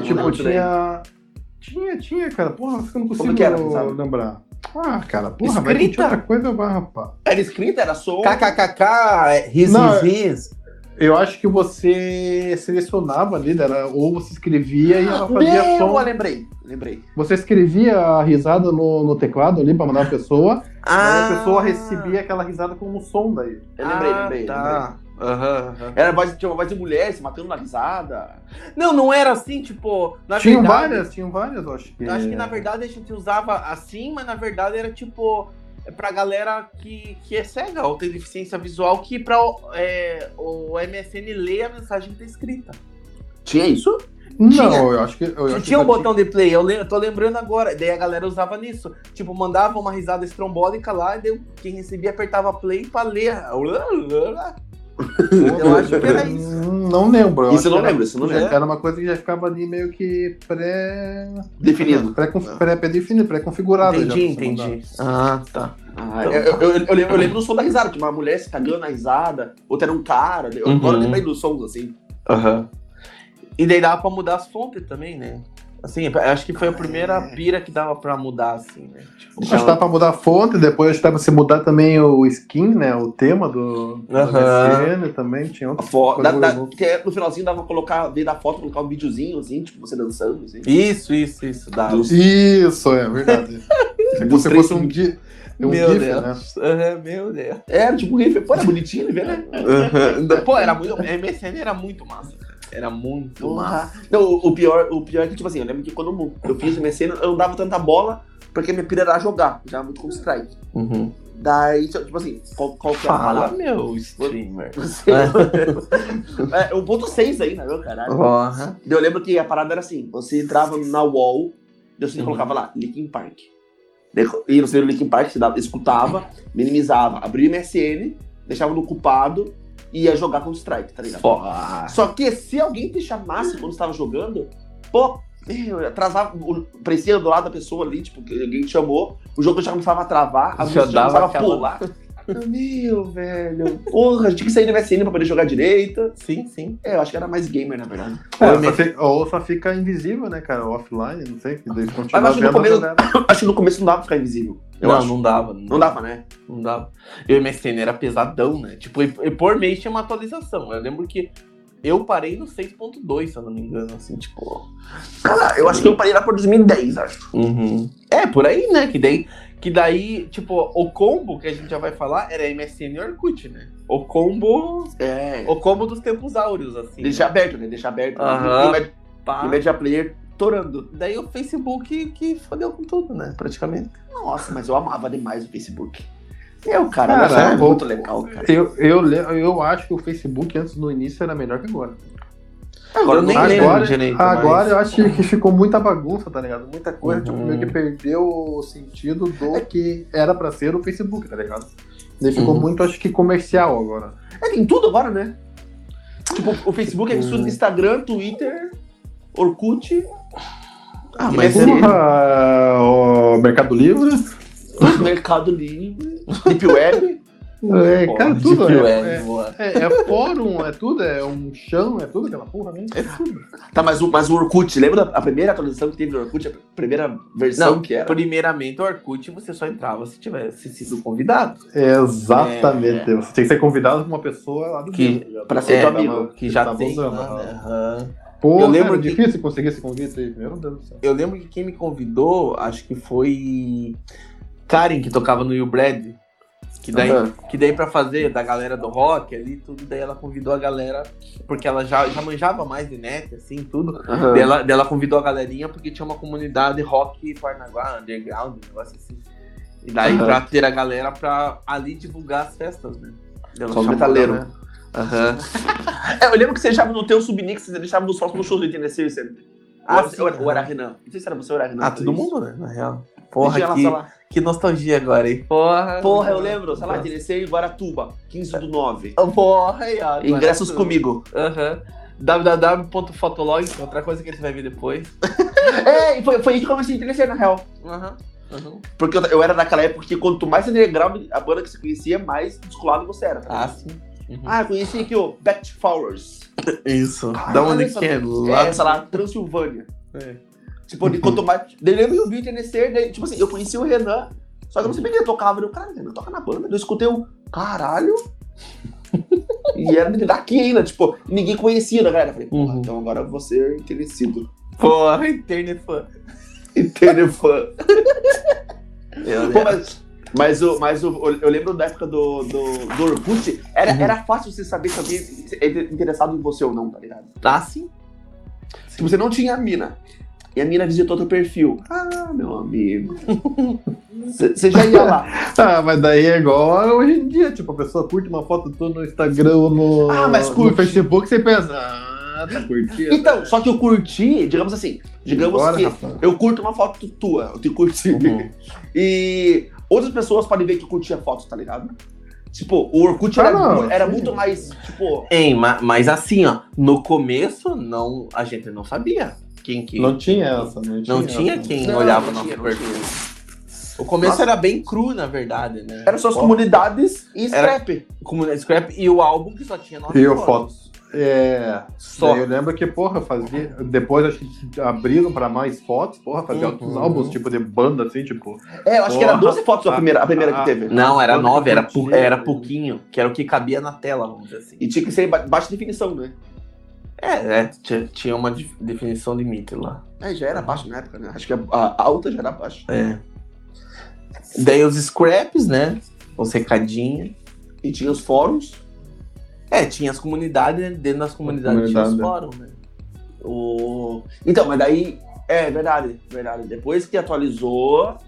Tinha, cara. Porra, eu não consigo lembrar. Cara, porra, vai curtir outra coisa, rapaz. Era escrita? Era som? KKKK, riz. Eu acho que você selecionava ali, ou você escrevia e ela fazia som. Lembrei. Você escrevia a risada no teclado ali pra mandar a pessoa, e a pessoa recebia aquela risada como som daí. Eu lembrei. Tá. Tinha uma voz de mulher se matando na risada. Não era assim, tipo... Tinham várias, eu acho que... Eu acho que na verdade a gente usava assim, mas na verdade era tipo... Pra galera que é cega ou tem deficiência visual, que pra o MSN ler a mensagem que tá escrita. Tinha isso? Não, eu acho que... Tinha um botão de play, eu tô lembrando agora. Daí a galera usava nisso. Tipo, mandava uma risada estrombólica lá, e daí quem recebia apertava play pra ler. Eu acho que era isso. Não lembro. Isso eu não lembro. Era uma coisa que já ficava ali meio que definido. Pré-definido, pré-configurado. Entendi. Tá. Eu lembro do som da risada, que uma mulher se cagando na risada, outra era um cara. Agora eu lembrei dos sons assim. E daí dava pra mudar as fontes também, né? Assim, acho que foi a primeira pira que dava pra mudar, assim, né? Tipo, acho que dava pra mudar a fonte, depois acho que dava pra você mudar também o skin, né? O tema do MSN também, tinha outra foto. No finalzinho dava pra colocar, ver da foto, colocar um videozinho, assim, tipo, você dançando, assim. Isso, dava. Isso, é verdade. Se você fosse um GIF, meu GIF, Deus. né? Meu Deus. Era tipo um GIF, pô, era bonitinho de ver, né? Pô, era muito... MSN era muito massa. Era muito massa. Não, o pior é que, tipo assim, eu lembro que quando eu fiz o MSN, eu não dava tanta bola porque minha pira era jogar, já muito como strike. Daí, tipo assim, qual que é a Fala, parada? meu streamer. É 1.6 ainda, meu caralho. Uhum. Eu lembro que a parada era assim, você entrava na wall, você colocava lá, Linkin Park. E você no Linkin Park, você escutava, minimizava, abria o MSN, deixava no ocupado e ia jogar com strike, tá ligado? Só que se alguém te chamasse quando você tava jogando, pô, atrasava, parecia do lado da pessoa ali, tipo, que alguém te chamou, o jogo já começava a travar, a música já começava a pular. Meu, velho. Porra, tinha que sair do MSN pra poder jogar direito. Sim. Eu acho que era mais gamer, na verdade. Ou só fica invisível, né, cara? Offline, não sei. Mas acho que no começo não dava pra ficar invisível. Não dava. Não dava, né? Não dava. E o MSN era pesadão, né? Tipo, e por mês tinha uma atualização. Eu lembro que eu parei no 6.2, se eu não me engano, assim, tipo... Cara, eu acho que eu parei lá por 2010, acho. É, por aí, né? Que daí, tipo, o combo que a gente já vai falar era MSN e Orkut, né? O combo dos tempos áureos, assim. Deixa aberto, né? E Media Player torando. Daí o Facebook que fodeu com tudo, né? Praticamente. Nossa, mas eu amava demais o Facebook. Cara, era muito legal, cara. Eu acho que o Facebook antes no início era melhor que agora. Agora eu nem lembro direito. Agora eu acho que ficou muita bagunça, tá ligado? Muita coisa, tipo, meio que perdeu o sentido do que era pra ser o Facebook, tá ligado? Daí ficou muito, acho que, comercial agora. Tem tudo agora, né? Tipo, o Facebook é isso do Instagram, Twitter, Orkut. Mas o Mercado Livre. Mercado Livre, Deep Web. Cara, tudo é fórum, é tudo, é um chão, é tudo aquela porra, né? É tudo. Tá, mas o Orkut, lembra a primeira atualização que teve no Orkut? A primeira versão que era? Primeiramente, o Orkut você só entrava se tivesse sido convidado. Exatamente. Você tem que ser convidado por uma pessoa lá do meio. Pra ser teu amigo. Que já tá tem. Porra, eu lembro difícil conseguir esse convite aí. Meu Deus do céu. Eu lembro que quem me convidou, acho que foi Karen, que tocava no You Brad. Que daí pra fazer da galera do rock ali, tudo, daí ela convidou a galera, porque ela já manjava mais de net, assim, tudo. Daí ela convidou a galerinha porque tinha uma comunidade rock Parnaguá, underground, um negócio assim. E daí pra ter a galera pra ali divulgar as festas, né? Só metaleiro. Né? Eu lembro que você deixava no teu subnix, você deixava nos próximos shows do Tennessee sempre. Ou era Renan? Não sei se era você ou era Renan. Todo mundo, né? Na real. Porra, que nostalgia agora, hein? Porra, eu lembro, sei lá, Tennessee e Guaratuba, 15/9. Porra, aí, ó. Ingressos comigo. www.fotolog, outra coisa que a gente vai ver depois. E foi aí que eu comecei a Tennessee, na real. Porque eu era naquela época que quanto mais underground a banda que você conhecia, mais descolado você era. Tá? Sim. Eu conheci aqui o Back Flowers. Isso. Da onde que é? Essa lá, Transilvânia. Tipo, quanto mais... Daí eu lembro que eu vi o Tennessee, daí, tipo assim, eu conheci o Renan, só que eu não sabia que ele tocava. Eu, cara, Renan toca na banda. Eu escutei caralho. E era daqui ainda, tipo, ninguém conhecia, né, galera? Eu falei, porra, então agora eu vou ser entenecido. Porra, internet fã. Mas eu lembro da época do Orkut, era fácil você saber se alguém é interessado em você ou não, tá ligado? Sim. Tipo, você não tinha a mina. E a mina visitou teu perfil. Meu amigo. Você já ia lá. Mas daí é igual hoje em dia. Tipo, a pessoa curte uma foto tua no Instagram ou no Facebook, você pensa, tá curtindo. Então, só que eu curti, digamos assim. Eu curto uma foto tua, eu te curti. E outras pessoas podem ver que eu curti a foto, tá ligado? Tipo, o Orkut era muito mais, tipo... Mas assim, ó, no começo, a gente não sabia. Não tinha essa. Não tinha quem olhava no nosso perfil. O começo era bem cru, na verdade, né? Eram só as comunidades e Scrap. Scrap e o álbum que só tinha nossas fotos. Só. Eu lembro que, fazia... Depois acho que abriram pra mais fotos, fazia outros álbuns, tipo, de banda, assim, tipo... Eu acho que era 12 fotos a primeira que teve. Não, era 9, era pouquinho, que era o que cabia na tela, vamos dizer assim. E tinha que ser baixa definição, né? Tinha uma definição limite lá. Já era baixo na época, né? Acho que a alta já era baixa. Daí os scraps, né? Os recadinhos. E tinha os fóruns. Tinha as comunidades, né? Dentro das comunidades tinha os fóruns, né? Então, mas daí... verdade. Depois que atualizou,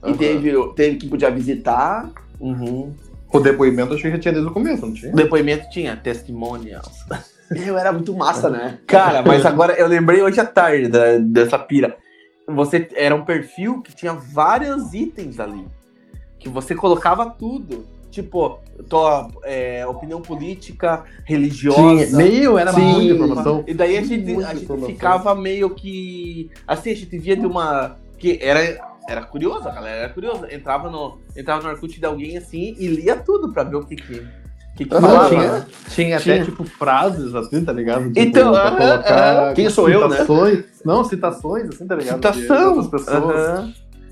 E teve quem podia visitar. O depoimento acho que já tinha desde o começo, não tinha? O depoimento tinha, testimonials. Era muito massa, né? Cara, mas agora eu lembrei hoje à tarde dessa pira. Você era um perfil que tinha vários itens ali. Que você colocava tudo. Tipo, tua opinião política, religiosa. Era muita informação. E daí a gente ficava meio que... Assim, a gente via de uma... Que era curioso, a galera era curiosa. Entrava no Orkut de alguém assim e lia tudo pra ver o que falava. Tinha até, tipo, frases assim, tá ligado? Tipo, então, pra colocar quem sou eu, né? Não, citações, assim, tá ligado? Citação. De outras pessoas.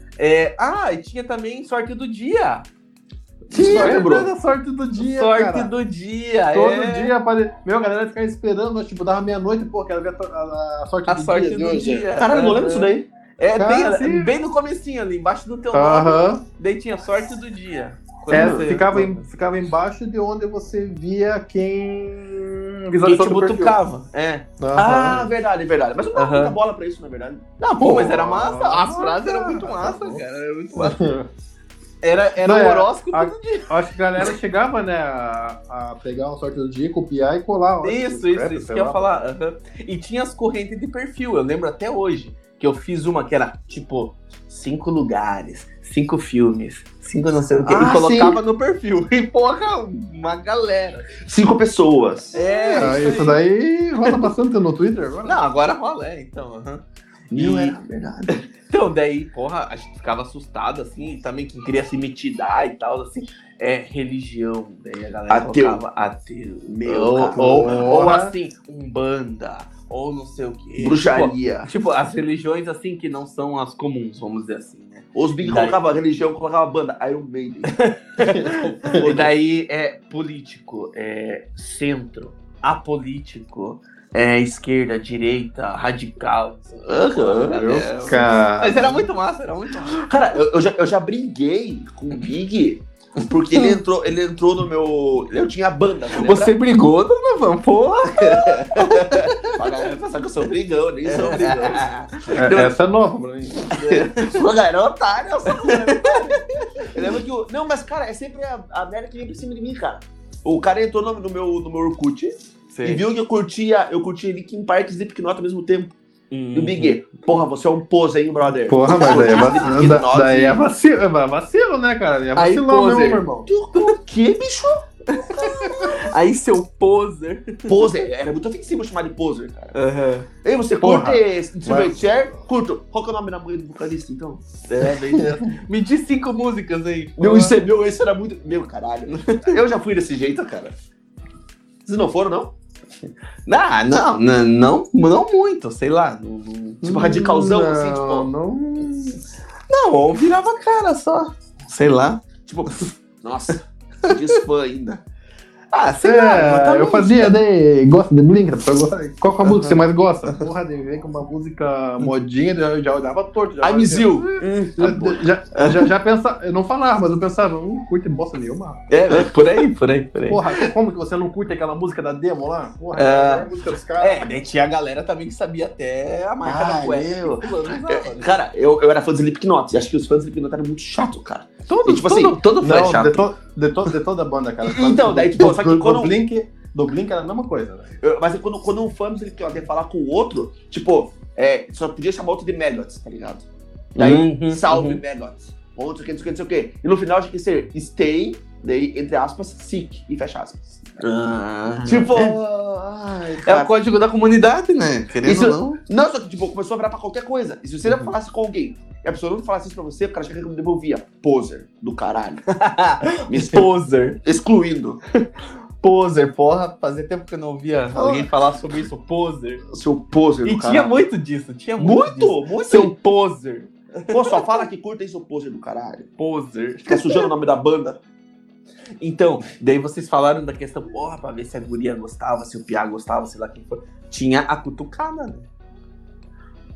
E tinha também sorte do dia. Tinha sorte do dia, Sorte do dia, todo dia aparecia. A galera ficava esperando, tipo, dava meia-noite, pô, quero ver a sorte do dia. Caralho, não lembro disso daí. Bem no comecinho ali, embaixo do teu nome. Daí tinha sorte do dia. Ficava embaixo de onde você via quem te butucava. Verdade. Mas eu não dava muita bola pra isso, na verdade. Não, mas era massa. As frases eram muito massa, cara. Era muito massa. Era o horóscopo do dia. Acho que a galera chegava, né, a pegar uma sorte do dia, copiar e colar. Isso que eu ia falar. E tinha as correntes de perfil, eu lembro até hoje, que eu fiz uma que era, tipo, 5 lugares, 5 filmes, 5 não sei o quê, e colocava no perfil. E, porra, uma galera. 5 pessoas. Isso daí rola bastante no Twitter agora? Não, agora rola, então. Era verdade. Então, daí, porra, a gente ficava assustado, assim, e também quem queria se mitidar e tal, assim, religião. Daí a galera colocava ateu. Ou assim, umbanda, ou não sei o quê. Bruxaria. Tipo, as religiões, assim, que não são as comuns, vamos dizer assim, né? Os Big colocavam religião, colocava banda, Iron Maiden. E daí político, centro, apolítico, esquerda, direita, radical. Mas era muito massa, Cara, eu já briguei com o Big, porque ele entrou no meu... Eu tinha banda, Você brigou, Donovan? Porra! Só que eu sou brigão, nem sou brigão. Essa é nova pra mim. Pô, galera, é otário. Eu lembro que Não, mas, cara, é sempre a merda que vem por cima de mim, cara. O cara entrou no meu Orkut... Sim. E viu que eu curtia Linkin Park e Slipknot ao mesmo tempo. E o Big, porra, você é um pose, hein, brother? Porra, mas daí é vacilo, né, cara? É vacilão mesmo, meu irmão. O que, bicho? Aí, seu poser. Poser, era muito ofensivo chamar de poser, cara. Ei, você curte Silverchair? Curto. Qual que é o nome da mulher do vocalista, então? Me diz 5 músicas aí. Esse era muito... Meu, caralho. Eu já fui desse jeito, cara. Vocês não foram, não? Não muito, sei lá. Tipo, radicalzão, assim, tipo... Não, ou virava cara só. Sei lá. Tipo, nossa, diz fã ainda. Sei lá. Eu fazia, gosto de Blink, qual que é a música que você mais gosta? Porra, de ver com uma música modinha, já olhava torto. I'm Zil. Já pensava, eu não falava, mas eu pensava, não curte bosta nenhuma. Por aí. Porra, como que você não curte aquela música da demo lá? Porra, a música dos caras. Daí tinha a galera também que sabia até a marca da cueca. Cara, eu era fã de Slipknot, e acho que os fãs de Slipknot eram muito chatos, cara. Todo fã é chato. De toda a banda, cara. Então, daí, tipo, só que quando... Do Blink era a mesma coisa, né? Mas quando um fã do Slipknot ia falar com o outro, tipo, só podia chamar outro de Maggots, tá ligado? Daí, salve Maggots. Outro que não sei o quê. E no final tinha que ser stay, daí, entre aspas, sick, e fecha aspas. Tipo, é o código da comunidade, né? Querendo ou não. Não, só que, tipo, começou a virar pra qualquer coisa. E se você não falasse com alguém, e a pessoa não falasse isso pra você, o cara já devolvia. Poser do caralho. Poser. Excluindo. Poser, porra, fazia tempo que eu não ouvia alguém falar sobre isso, poser. Seu poser do caralho. E tinha muito disso, Muito. Seu poser. Pô, só fala que curta isso, poser do caralho. Poser. Fica sujando o nome da banda. Então, daí vocês falaram da questão, porra, pra ver se a guria gostava, se o piá gostava, sei lá quem for. Tinha a cutucada, né?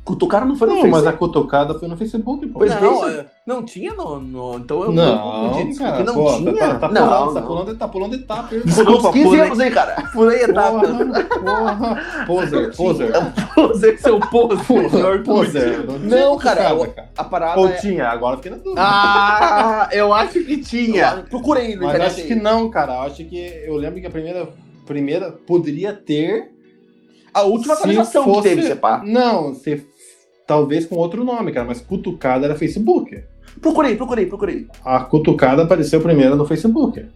Cutucada não foi no Não, Facebook. mas a cutucada foi no Facebook, pô. Pois não tinha no... Então eu Não, confundi, cara, não pô, tinha. Tá pulando etapa. hein? Ficou uns 15 anos aí, cara. Pulei etapa. Porra. Poser. Poser, seu poser. Poser. Não, cara, a parada Ou tinha, agora fiquei na dúvida. Ah, eu acho que tinha. Procurei no Mas internet. acho que não, cara. Acho que eu lembro que a primeira poderia ter. A última atualização que teve, você pá. Não, talvez com outro nome, cara, mas cutucada era Facebook. Procurei. A cutucada apareceu primeiro no Facebook.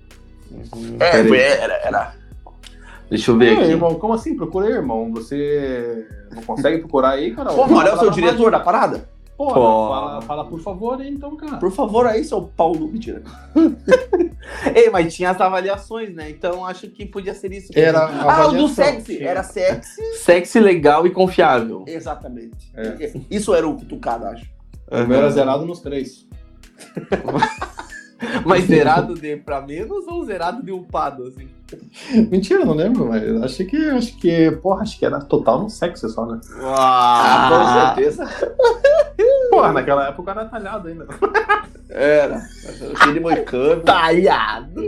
Era. Deixa eu ver aqui. Irmão, como assim? Procurei, irmão. Você não consegue procurar aí, cara? Pô, olha o seu diretor da parada. Pô, fala por favor aí, então, cara. Por favor aí, seu Paulo. Mentira. Ei, mas tinha as avaliações, né? Então acho que podia ser isso. Era o do sexy. Era sexy. Sexy, legal e confiável. Exatamente. Isso era o cutucado, acho. O meu era zerado nos 3. Mas zerado de pra menos ou zerado de upado, assim? Mentira, não lembro, mas acho que era total no sexo só, né? Com certeza. Porra, naquela época era talhado ainda. Era. Cheio de moicano. Talhado.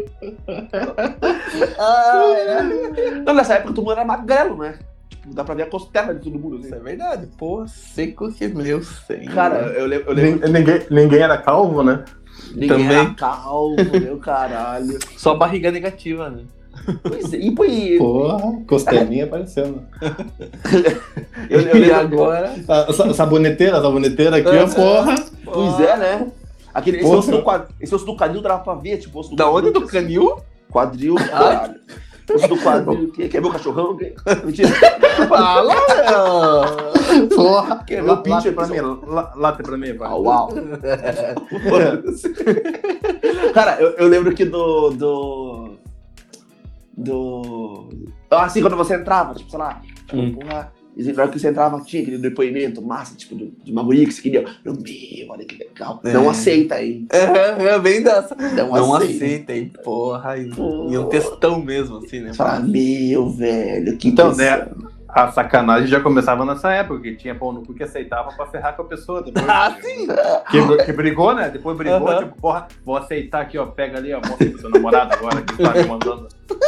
Não, nessa época todo mundo era magrelo, né? Tipo, dá pra ver a costela de todo mundo. Assim. Isso é verdade. Pô, seco que meu senhor. Cara, eu lembro. Ninguém era calvo, né? Ninguém também. era calvo, meu caralho. Só barriga negativa, né? Pois é, e Porra, costelinha aparecendo. E agora? Saboneteira aqui, ó, porra. Pois é, né? Esse osso do quadril dava pra ver, tipo, osso do Da quadril. onde? Do canil? Quadril, caralho. Osso do quadril, que é meu cachorrão? Mentira. Fala, Porra. Que é meu pincher pra mim, late pra mim, vai. Uau. Cara, eu lembro que assim, quando você entrava, tipo, sei lá, porra, na hora que você entrava, tinha aquele depoimento massa, tipo, de uma guria que você queria. Meu, olha que legal. Não aceita aí. É bem dessa. Não aceita aí, porra. E um textão mesmo, assim, né? Fala, meu, velho, que então, né? A sacanagem já começava nessa época, que tinha pau no cu que aceitava pra ferrar com a pessoa. Depois, sim! Que brigou, né? Depois brigou, tipo, porra, vou aceitar aqui, ó, pega ali, ó, mostra pro seu namorado agora que tá me mandando.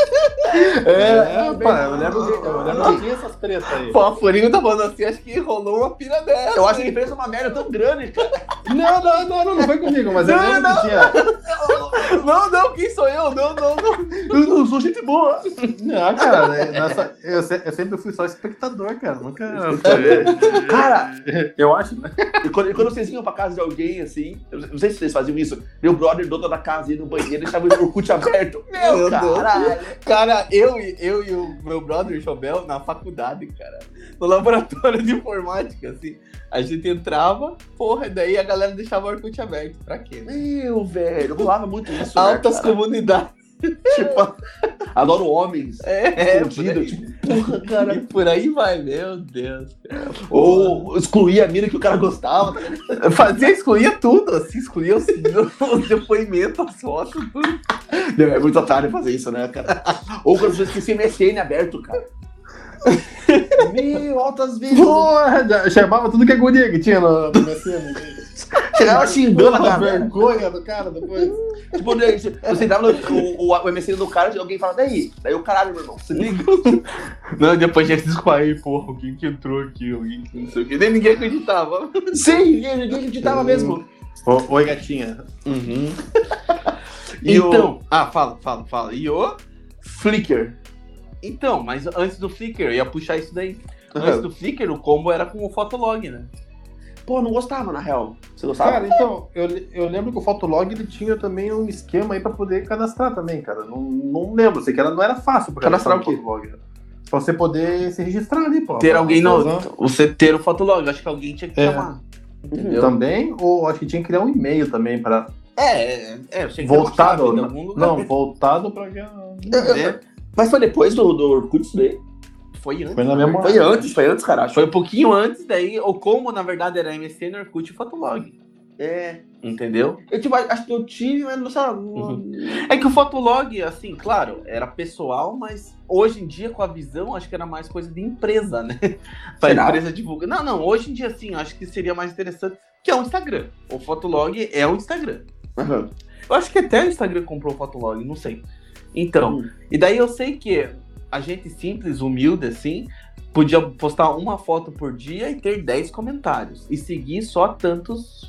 Eu lembro que tinha essas tretas aí. Pô, a Furinho tá falando assim, acho que rolou uma pira dessa. Eu acho que ele fez uma merda tão grande, cara. Não foi comigo, mas eu lembro que tinha. Não, quem sou eu? Não. Eu não sou gente boa. Não, cara, né? Eu sempre fui só espectador, cara. Nunca. Cara, eu acho, né? E quando vocês iam pra casa de alguém, assim, eu não sei se vocês faziam isso, meu brother, dono da casa, ia no banheiro e deixava o Orkut aberto. Meu caralho. Cara, eu e o meu brother, Chobel, na faculdade, cara, no laboratório de informática, assim, a gente entrava, porra, e daí a galera deixava o Orkut aberto. Pra quê? Meu, velho, rolava muito isso. Altas comunidades. Tipo, adoro homens. Escondido, tipo, porra, cara. E por aí vai, meu Deus. Ou excluía a mina que o cara gostava. Excluía tudo, assim, excluía os depoimentos, as fotos, tudo. É muito otário fazer isso, né, cara? Ou quando você esquecia MSN aberto, cara. Meu, altas vezes. Porra, chamava tudo que é guria que tinha no MSN. Chegava xingando a galera. Vergonha do cara depois. Tipo, você entrava no MSN do cara e alguém fala, daí o caralho, meu irmão, você liga. Não, depois já se aí, porra, alguém que entrou aqui, alguém que não sei o que, nem ninguém acreditava. Sim, ninguém acreditava mesmo. Oi, gatinha. Então, fala. E o Flickr. Então, mas antes do Flickr, eu ia puxar isso daí. Antes do Flickr, o combo era com o Fotolog, né? Pô, não gostava, na real. Você gostava? Cara, então, eu lembro que o Fotolog ele tinha também um esquema aí pra poder cadastrar também, cara. Não lembro, sei que não era fácil pra cadastrar o Fotolog. Pra você poder se registrar ali, pô. Ter alguém você ter o Fotolog, acho que alguém tinha que chamar. Entendeu? Também, ou acho que tinha que criar um e-mail também pra... voltado. Voltado pra... Mas foi depois do Orkut isso daí? Foi antes. Foi na mesma... Foi antes, cara. Foi um pouquinho antes, daí o combo, na verdade, era MSN, Orkut e Fotolog. Entendeu? Eu acho que eu tive, mas não sabe. É que o Fotolog, assim, claro, era pessoal, mas hoje em dia, com a visão, acho que era mais coisa de empresa, né? Pra empresa divulgar. Não, hoje em dia, sim, acho que seria mais interessante, que é o Instagram. O Fotolog é o Instagram. Uhum. Eu acho que até o Instagram comprou o Fotolog, não sei. Então, e daí eu sei que a gente simples, humilde, assim, podia postar uma foto por dia e ter 10 comentários. E seguir só tantos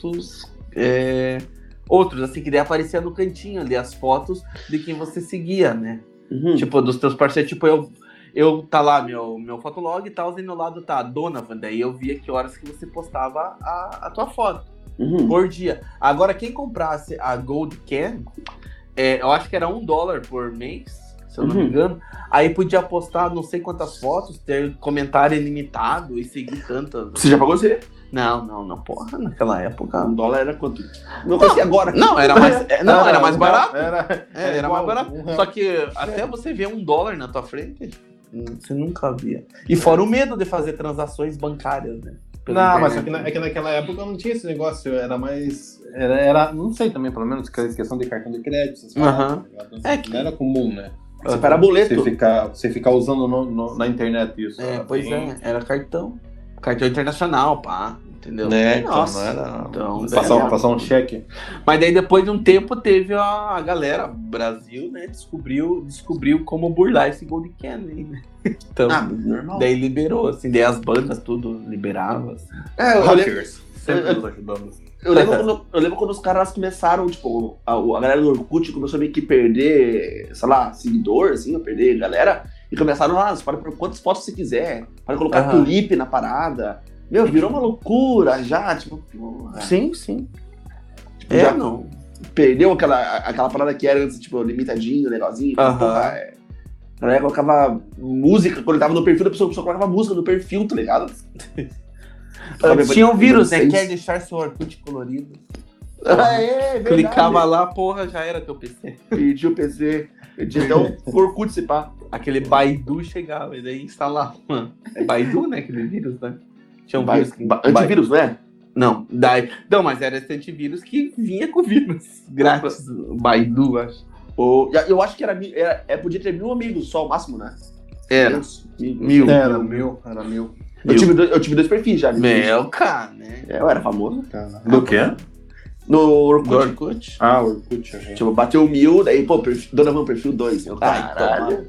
outros, assim, que daí aparecia no cantinho ali as fotos de quem você seguia, né? Tipo, dos teus parceiros, tipo, eu tá lá, meu Fotolog e tal, e no lado tá a Donovan, daí eu via que horas que você postava a tua foto por dia. Agora, quem comprasse a Gold Can, eu acho que era $1 por mês, se eu não me engano, aí podia postar não sei quantas fotos, ter comentário ilimitado e seguir tantas. Você já pagou você? Não, porra, naquela época. $1 era quanto? Não conheci agora. Não, era mais, era mais barato. Era mais barato. Só que até você ver $1 na tua frente, você nunca via. E fora o medo de fazer transações bancárias, né? Não, mas é que naquela época não tinha esse negócio, era mais. Era não sei também, pelo menos, questão de cartão de crédito, essas paradas, não era comum, né? Você para boleto. Você ficar usando na internet isso. Era cartão. Cartão internacional, pá, entendeu? Nossa, não era. Passar um cheque. Mas daí depois de um tempo teve a galera, Brasil, né? Descobriu como burlar esse Gold Can, né? Então, normal. Daí liberou, assim, daí as bandas tudo liberava. Assim. Hackers. Sempre nos ajudando. Eu lembro quando os caras começaram, tipo, a galera do Orkut começou a meio que perder, sei lá, seguidor, assim, a perder galera, e começaram, você pode pôr quantas fotos você quiser, pode colocar tulipe na parada. Meu, virou uma loucura já, tipo, porra. Sim. Tipo, já não. Perdeu aquela parada que era antes, tipo, limitadinho, legalzinho, porra, a galera colocava música, quando ele tava no perfil da pessoa, a pessoa colocava música no perfil, tá ligado? Tinha um vírus, né? Quer deixar seu Orkut colorido. Clicava lá, porra, já era teu PC. Perdi o PC. Perdi até o Orkut, se pá. Aquele Baidu chegava, e daí instalava. É Baidu, né? Aquele vírus, né? Tinha um vírus. Antivírus, não é? Não, não, mas era esse antivírus que vinha com vírus. Grátis. Baidu, acho. Eu acho que podia ter 1.000 amigos só, o máximo, né? Era. 1.000. Era 1.000. Eu tive 2 perfis já. Cara, né? Eu era famoso. Do quê? No Orkut. Orkut. Orkut. Tipo, bateu 1.000, daí, pô, Donovan perfil 2. Caralho.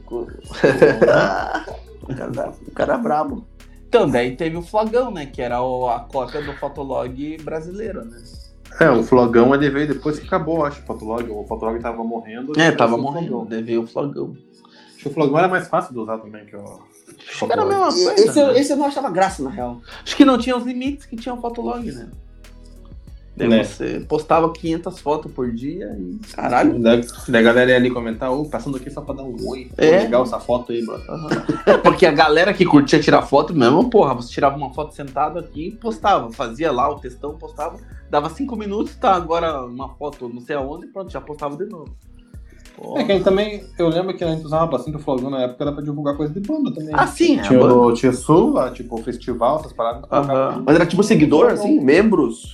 O cara é brabo. Então, daí teve o Flogão, né? Que era a cópia do Fotolog brasileiro, né? O Flogão ele veio depois que acabou, acho, o Fotolog. O Fotolog tava morrendo. Tava morrendo. Daí veio o Flogão. Acho que o Flogão era mais fácil de usar também que o Fotolog. Era a mesma coisa. Esse eu não achava graça, na real. Acho que não tinha os limites que tinha o Fotolog, né? Daí você postava 500 fotos por dia e... Caralho. Daí a galera ia ali comentar, passando aqui só pra dar um oi. Legal essa foto aí, bro. Porque a galera que curtia tirar foto mesmo, porra, você tirava uma foto sentado aqui e postava. Fazia lá o textão, postava. Dava 5 minutos, tá agora uma foto não sei aonde, pronto, já postava de novo. Porra. Que também, eu lembro que a gente usava bastante o Flogão na época, era pra divulgar coisa de banda também. Sim, tinha o Sul, tipo o festival, essas paradas. Mas era tipo seguidor, assim, membros?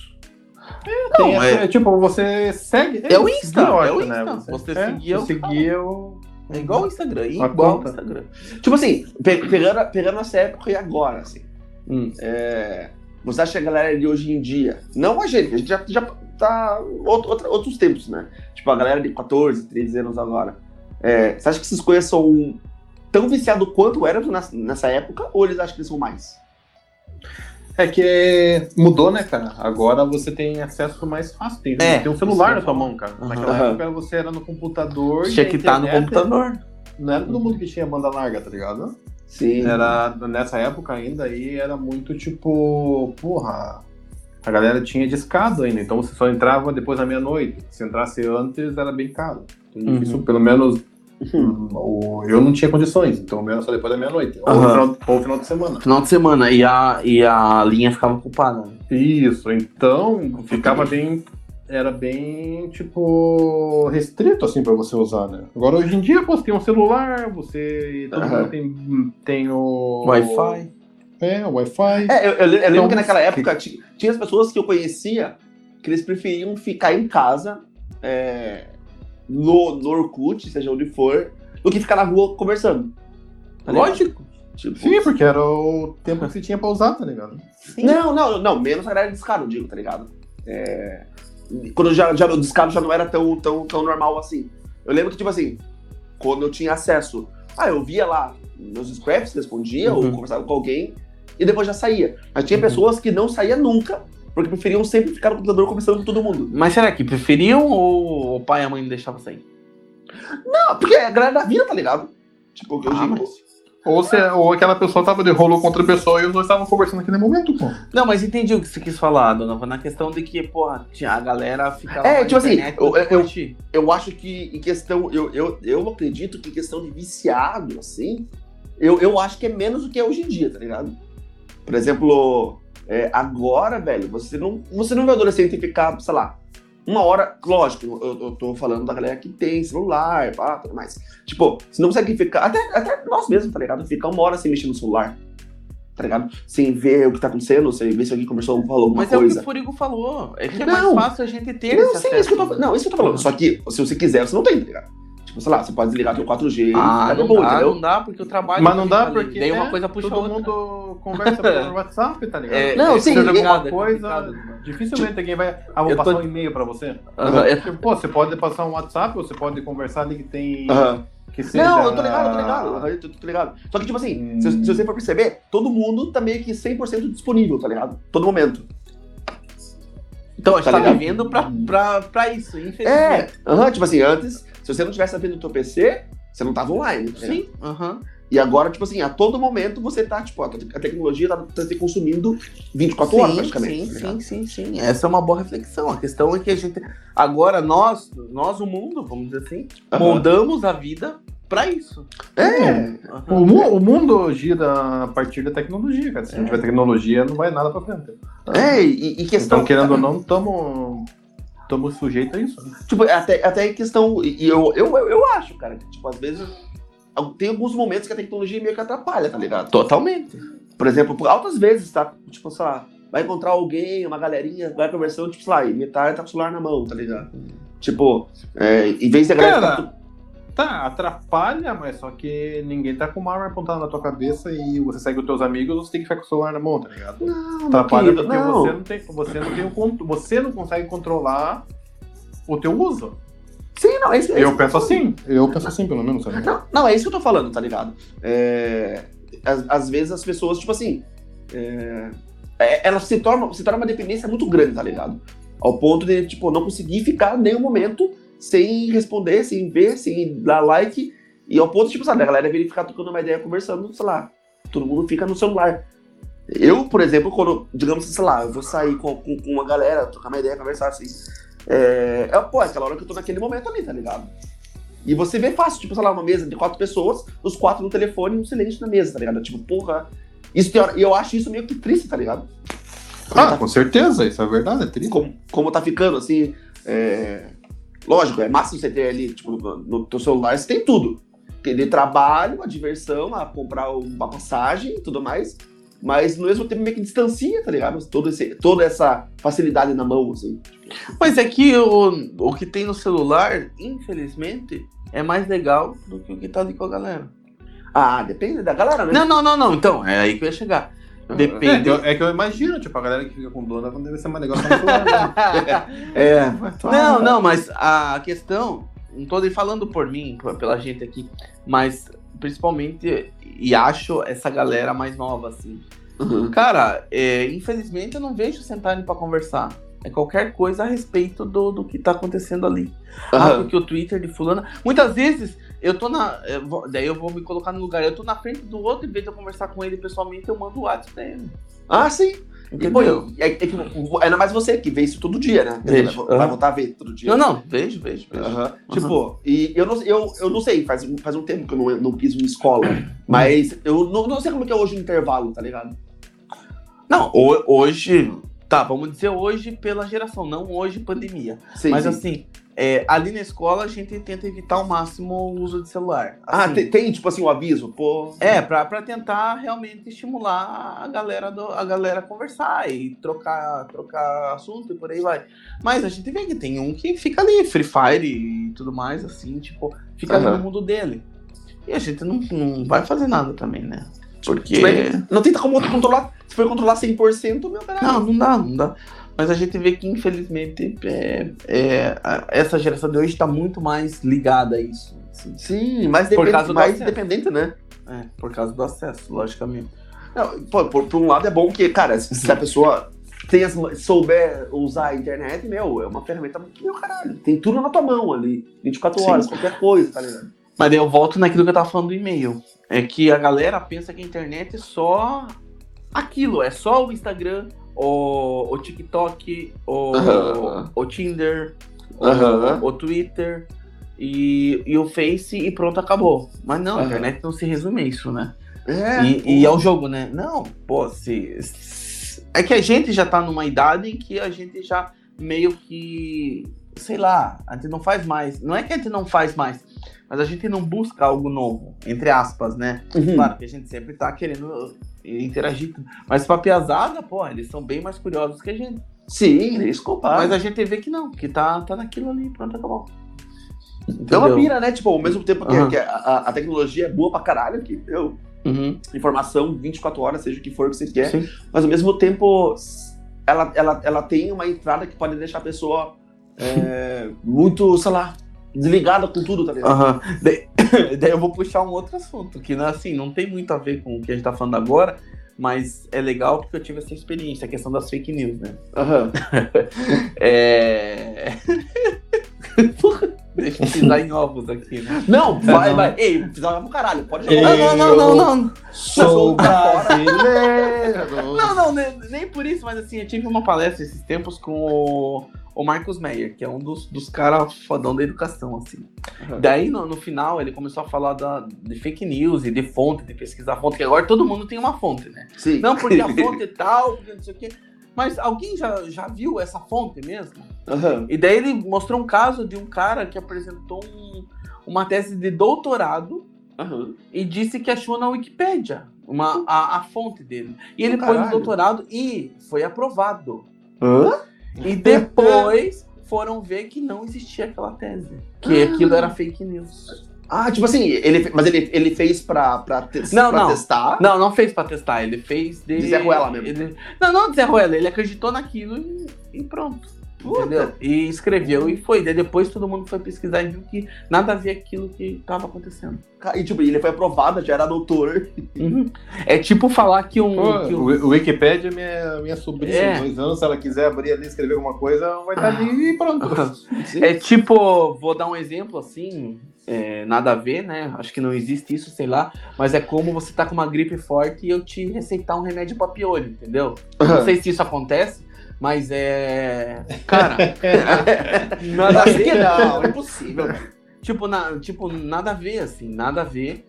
Tipo, você segue. É o Insta, né? Você seguia o. É igual o Instagram, igual o Instagram. Tipo assim, pegando essa época e agora, assim. Você acha que a galera de hoje em dia, não a gente já tá outros tempos, né? Tipo, a galera de 14, 13 anos agora. Você acha que esses coisas são tão viciados quanto eram nessa época, ou eles acham que eles são mais? É que mudou, né, cara? Agora você tem acesso mais fácil. Tem um celular na tua mão, cara. Naquela época você era no computador. Tinha que estar no computador. Não era todo mundo que tinha banda larga, tá ligado? Sim. Nessa época ainda aí era muito tipo, porra, a galera tinha discado ainda, então você só entrava depois da meia-noite. Se entrasse antes era bem caro. Então, isso pelo menos eu não tinha condições, então o meu era só depois da meia-noite. Ou final de semana. Final de semana, e a linha ficava ocupada. Isso, então ficava bem. Era bem, tipo, restrito, assim, pra você usar, né? Agora, hoje em dia, você tem um celular, todo mundo tem o... Wi-Fi. O Wi-Fi. Eu lembro que naquela época tinha as pessoas que eu conhecia que eles preferiam ficar em casa, no Orkut, seja onde for, do que ficar na rua conversando. Tá lógico. Tipo, sim, porque era o tempo que você tinha pra usar, tá ligado? Sim. Não, menos a galera de descaro, eu digo, tá ligado? Quando já o descaro já não era tão normal assim. Eu lembro que, tipo assim, quando eu tinha acesso, eu via lá meus scraps, respondia, ou conversava com alguém, e depois já saía. Mas tinha pessoas que não saíam nunca, porque preferiam sempre ficar no computador conversando com todo mundo. Mas será que preferiam ou o pai e a mãe não deixavam sair? Não, porque é a galera da vida, tá ligado? Tipo, que eu digo... Ou aquela pessoa tava de rolo contra a pessoa e os dois estavam conversando naquele momento, pô. Não, mas entendi o que você quis falar, Dona, na questão de que, porra, a galera ficava... tipo assim, eu acho que em questão... Eu acredito que em questão de viciado, assim, eu acho que é menos do que é hoje em dia, tá ligado? Por exemplo, agora, velho, você não vê adolescente ficar, sei lá, uma hora, lógico, eu tô falando da galera que tem celular, tudo mais. Tipo, você não consegue ficar, até nós mesmos, tá ligado? Ficar uma hora sem mexer no celular, tá ligado? Sem ver o que tá acontecendo, sem ver se alguém conversou ou falou alguma coisa. Mas é o que o Furigo falou, é que é mais fácil a gente ter esse acesso. Isso que eu tô falando. Só que, se você quiser, você não tem, tá ligado? Tipo, sei lá, você pode desligar teu 4G. Não dá, porque o trabalho... Mas não dá porque daí uma coisa puxa todo mundo conversa pelo WhatsApp, tá ligado? Não, sim, uma coisa... Dificilmente alguém vai... vou passar um e-mail pra você. Pô, você pode passar um WhatsApp, ou você pode conversar ali que tem... Que seja... Não, eu tô ligado. Só que, tipo assim, se você for perceber, todo mundo tá meio que 100% disponível, tá ligado? Todo momento. Então, a gente tá vivendo pra isso, infelizmente. Tipo assim, antes... Se você não tivesse vendo no teu PC, você não tava online. Tá? Sim. E agora, tipo assim, a todo momento você tá, tipo, a tecnologia tá te consumindo 24 horas praticamente. Sim. Essa é uma boa reflexão. A questão é que a gente, agora nós o mundo, vamos dizer assim, moldamos a vida pra isso. O mundo gira a partir da tecnologia, cara. Se não tiver tecnologia, não vai nada pra frente. E questão... Então, querendo ou não, estamos sujeitos a isso. Tipo, até questão... E eu acho, cara, que, tipo, às vezes... Tem alguns momentos que a tecnologia meio que atrapalha, tá ligado? Totalmente. Por exemplo, por altas vezes, tá? Tipo, sei lá, vai encontrar alguém, uma galerinha, vai conversando, tipo, sei lá, e metade tá com o celular na mão, tá ligado? Tipo, em vez de a galera... atrapalha, mas só que ninguém tá com uma arma apontada na tua cabeça e você segue os teus amigos, você tem que ficar com o celular na mão, tá ligado? Não, atrapalha porque você não consegue controlar o teu uso. Sim, não, é isso. Eu penso assim, pelo menos. Sabe? Não, é isso que eu tô falando, tá ligado? Às vezes as pessoas, tipo assim, elas se torna uma dependência muito grande, tá ligado? Ao ponto de, tipo, não conseguir ficar nenhum momento sem responder, sem ver, sem dar like, e ao ponto, tipo, sabe, a galera vir ficar trocando uma ideia, conversando, sei lá, todo mundo fica no celular. Eu, por exemplo, quando, digamos, sei lá, eu vou sair com uma galera, trocar uma ideia, conversar, assim, aquela hora que eu tô naquele momento ali, tá ligado? E você vê fácil, tipo, sei lá, uma mesa de 4 pessoas, os 4 no telefone e um silêncio na mesa, tá ligado? Tipo, porra, e eu acho isso meio que triste, tá ligado? Com certeza, isso é verdade, é triste. Como tá ficando, assim, lógico, é massa você ter ali, tipo, no teu celular você tem tudo. De trabalho, a diversão, a comprar uma passagem e tudo mais. Mas no mesmo tempo meio que distancia, tá ligado? Toda essa facilidade na mão, assim. Mas é que o que tem no celular, infelizmente, é mais legal do que o que tá ali com a galera. Depende da galera, né? Não. Então, é aí que eu ia chegar. Depende. É que eu imagino, tipo, a galera que fica com dona deve ser mais legal que no celular. Não, mas a questão, não tô nem falando por mim, pela gente aqui, mas principalmente, e acho essa galera mais nova, assim. Cara, infelizmente eu não vejo sentarem pra conversar. É qualquer coisa a respeito do que tá acontecendo ali. Porque o Twitter de fulano... Muitas vezes, eu tô daí eu vou me colocar no lugar. Eu tô na frente do outro, em vez de eu conversar com ele pessoalmente, eu mando o WhatsApp pra ele. Sim. Entendeu? Ainda mais você, que vê isso todo dia, né? Vejo. Vai voltar a ver todo dia. Não, vejo. Tipo, e eu não sei, faz um tempo que eu não quis uma escola, mas eu não sei como que é hoje o intervalo, tá ligado? Não, hoje... Tá, vamos dizer hoje pela geração, não hoje pandemia. Mas assim, ali na escola a gente tenta evitar ao máximo o uso de celular. Assim, tem tipo assim, um aviso, pô. Pra tentar realmente estimular a galera a conversar e trocar assunto e por aí vai. Mas a gente vê que tem um que fica ali, Free Fire e tudo mais, assim, tipo, fica ali no mundo dele. E a gente não vai fazer nada também, né? Porque... não tem como controlar. Se for controlar 100%, meu caralho. Não dá. Mas a gente vê que, infelizmente, essa geração de hoje está muito mais ligada a isso. Assim. Sim, mais dependente, né? Por causa do acesso, logicamente. Não, por um lado é bom que, cara, se a pessoa souber usar a internet, é uma ferramenta muito meu caralho. Tem tudo na tua mão ali, 24 horas, qualquer coisa, tá ligado? Mas daí eu volto naquilo que eu tava falando do e-mail. É que a galera pensa que a internet é só aquilo, é só o Instagram, o TikTok, o Tinder, o Twitter e o Face e pronto, acabou. Mas não, a internet não se resume a isso, né? E é o jogo, né? Não, pô, é que a gente já tá numa idade em que a gente já meio que, sei lá, a gente não faz mais. Não é que a gente não faz mais, mas a gente não busca algo novo, entre aspas, né? Claro que a gente sempre tá querendo interagir. Mas pra piazada, pô, eles são bem mais curiosos que a gente. Sim, desculpa. Mas a gente vê que não, que tá naquilo ali, pronto, acabou. É uma pira, né? Tipo, ao mesmo tempo que a tecnologia é boa pra caralho, que informação 24 horas, seja o que for que você quer, sim. Mas ao mesmo tempo ela tem uma entrada que pode deixar a pessoa muito, sei lá, desligada com tudo, tá ligado? Daí eu vou puxar um outro assunto, que assim, não tem muito a ver com o que a gente tá falando agora, mas é legal porque eu tive essa experiência, a questão das fake news, né? Deixa eu pisar em ovos aqui, né? Não, vai. Ei, pisar pro caralho, pode jogar. Não. Sou brasileiro. Não, nem por isso, mas assim, eu tive uma palestra esses tempos com o Marcos Meyer, que é um dos caras fodão da educação, assim. Daí, no final, ele começou a falar de fake news e de fonte, de pesquisar fonte, que agora todo mundo tem uma fonte, né? Sim. Não, porque a fonte é tal, porque não sei o quê. Mas alguém já viu essa fonte mesmo? E daí ele mostrou um caso de um cara que apresentou uma tese de doutorado e disse que achou na Wikipédia a fonte dele. E ele pôs no doutorado e foi aprovado. E depois foram ver que não existia aquela tese. Que aquilo era fake news. Tipo assim, ele fez pra testar? Não fez pra testar, ele fez de Zé Ruela mesmo. Não de Zé Ruela, ele acreditou naquilo e pronto. Entendeu? E escreveu e foi. Daí depois todo mundo foi pesquisar e viu que nada a ver aquilo que estava acontecendo. E tipo, ele foi aprovado, já era doutor. É tipo falar que o Wikipédia é minha sobrinha de 2 anos, se ela quiser abrir ali e escrever alguma coisa, vai estar ali e pronto. É tipo, vou dar um exemplo assim, nada a ver, né? Acho que não existe isso, sei lá, mas é como você tá com uma gripe forte e eu te receitar um remédio pra piolho, entendeu? Não sei se isso acontece, mas cara, nada a ver. Não, é impossível. Tipo, nada a ver, assim, nada a ver.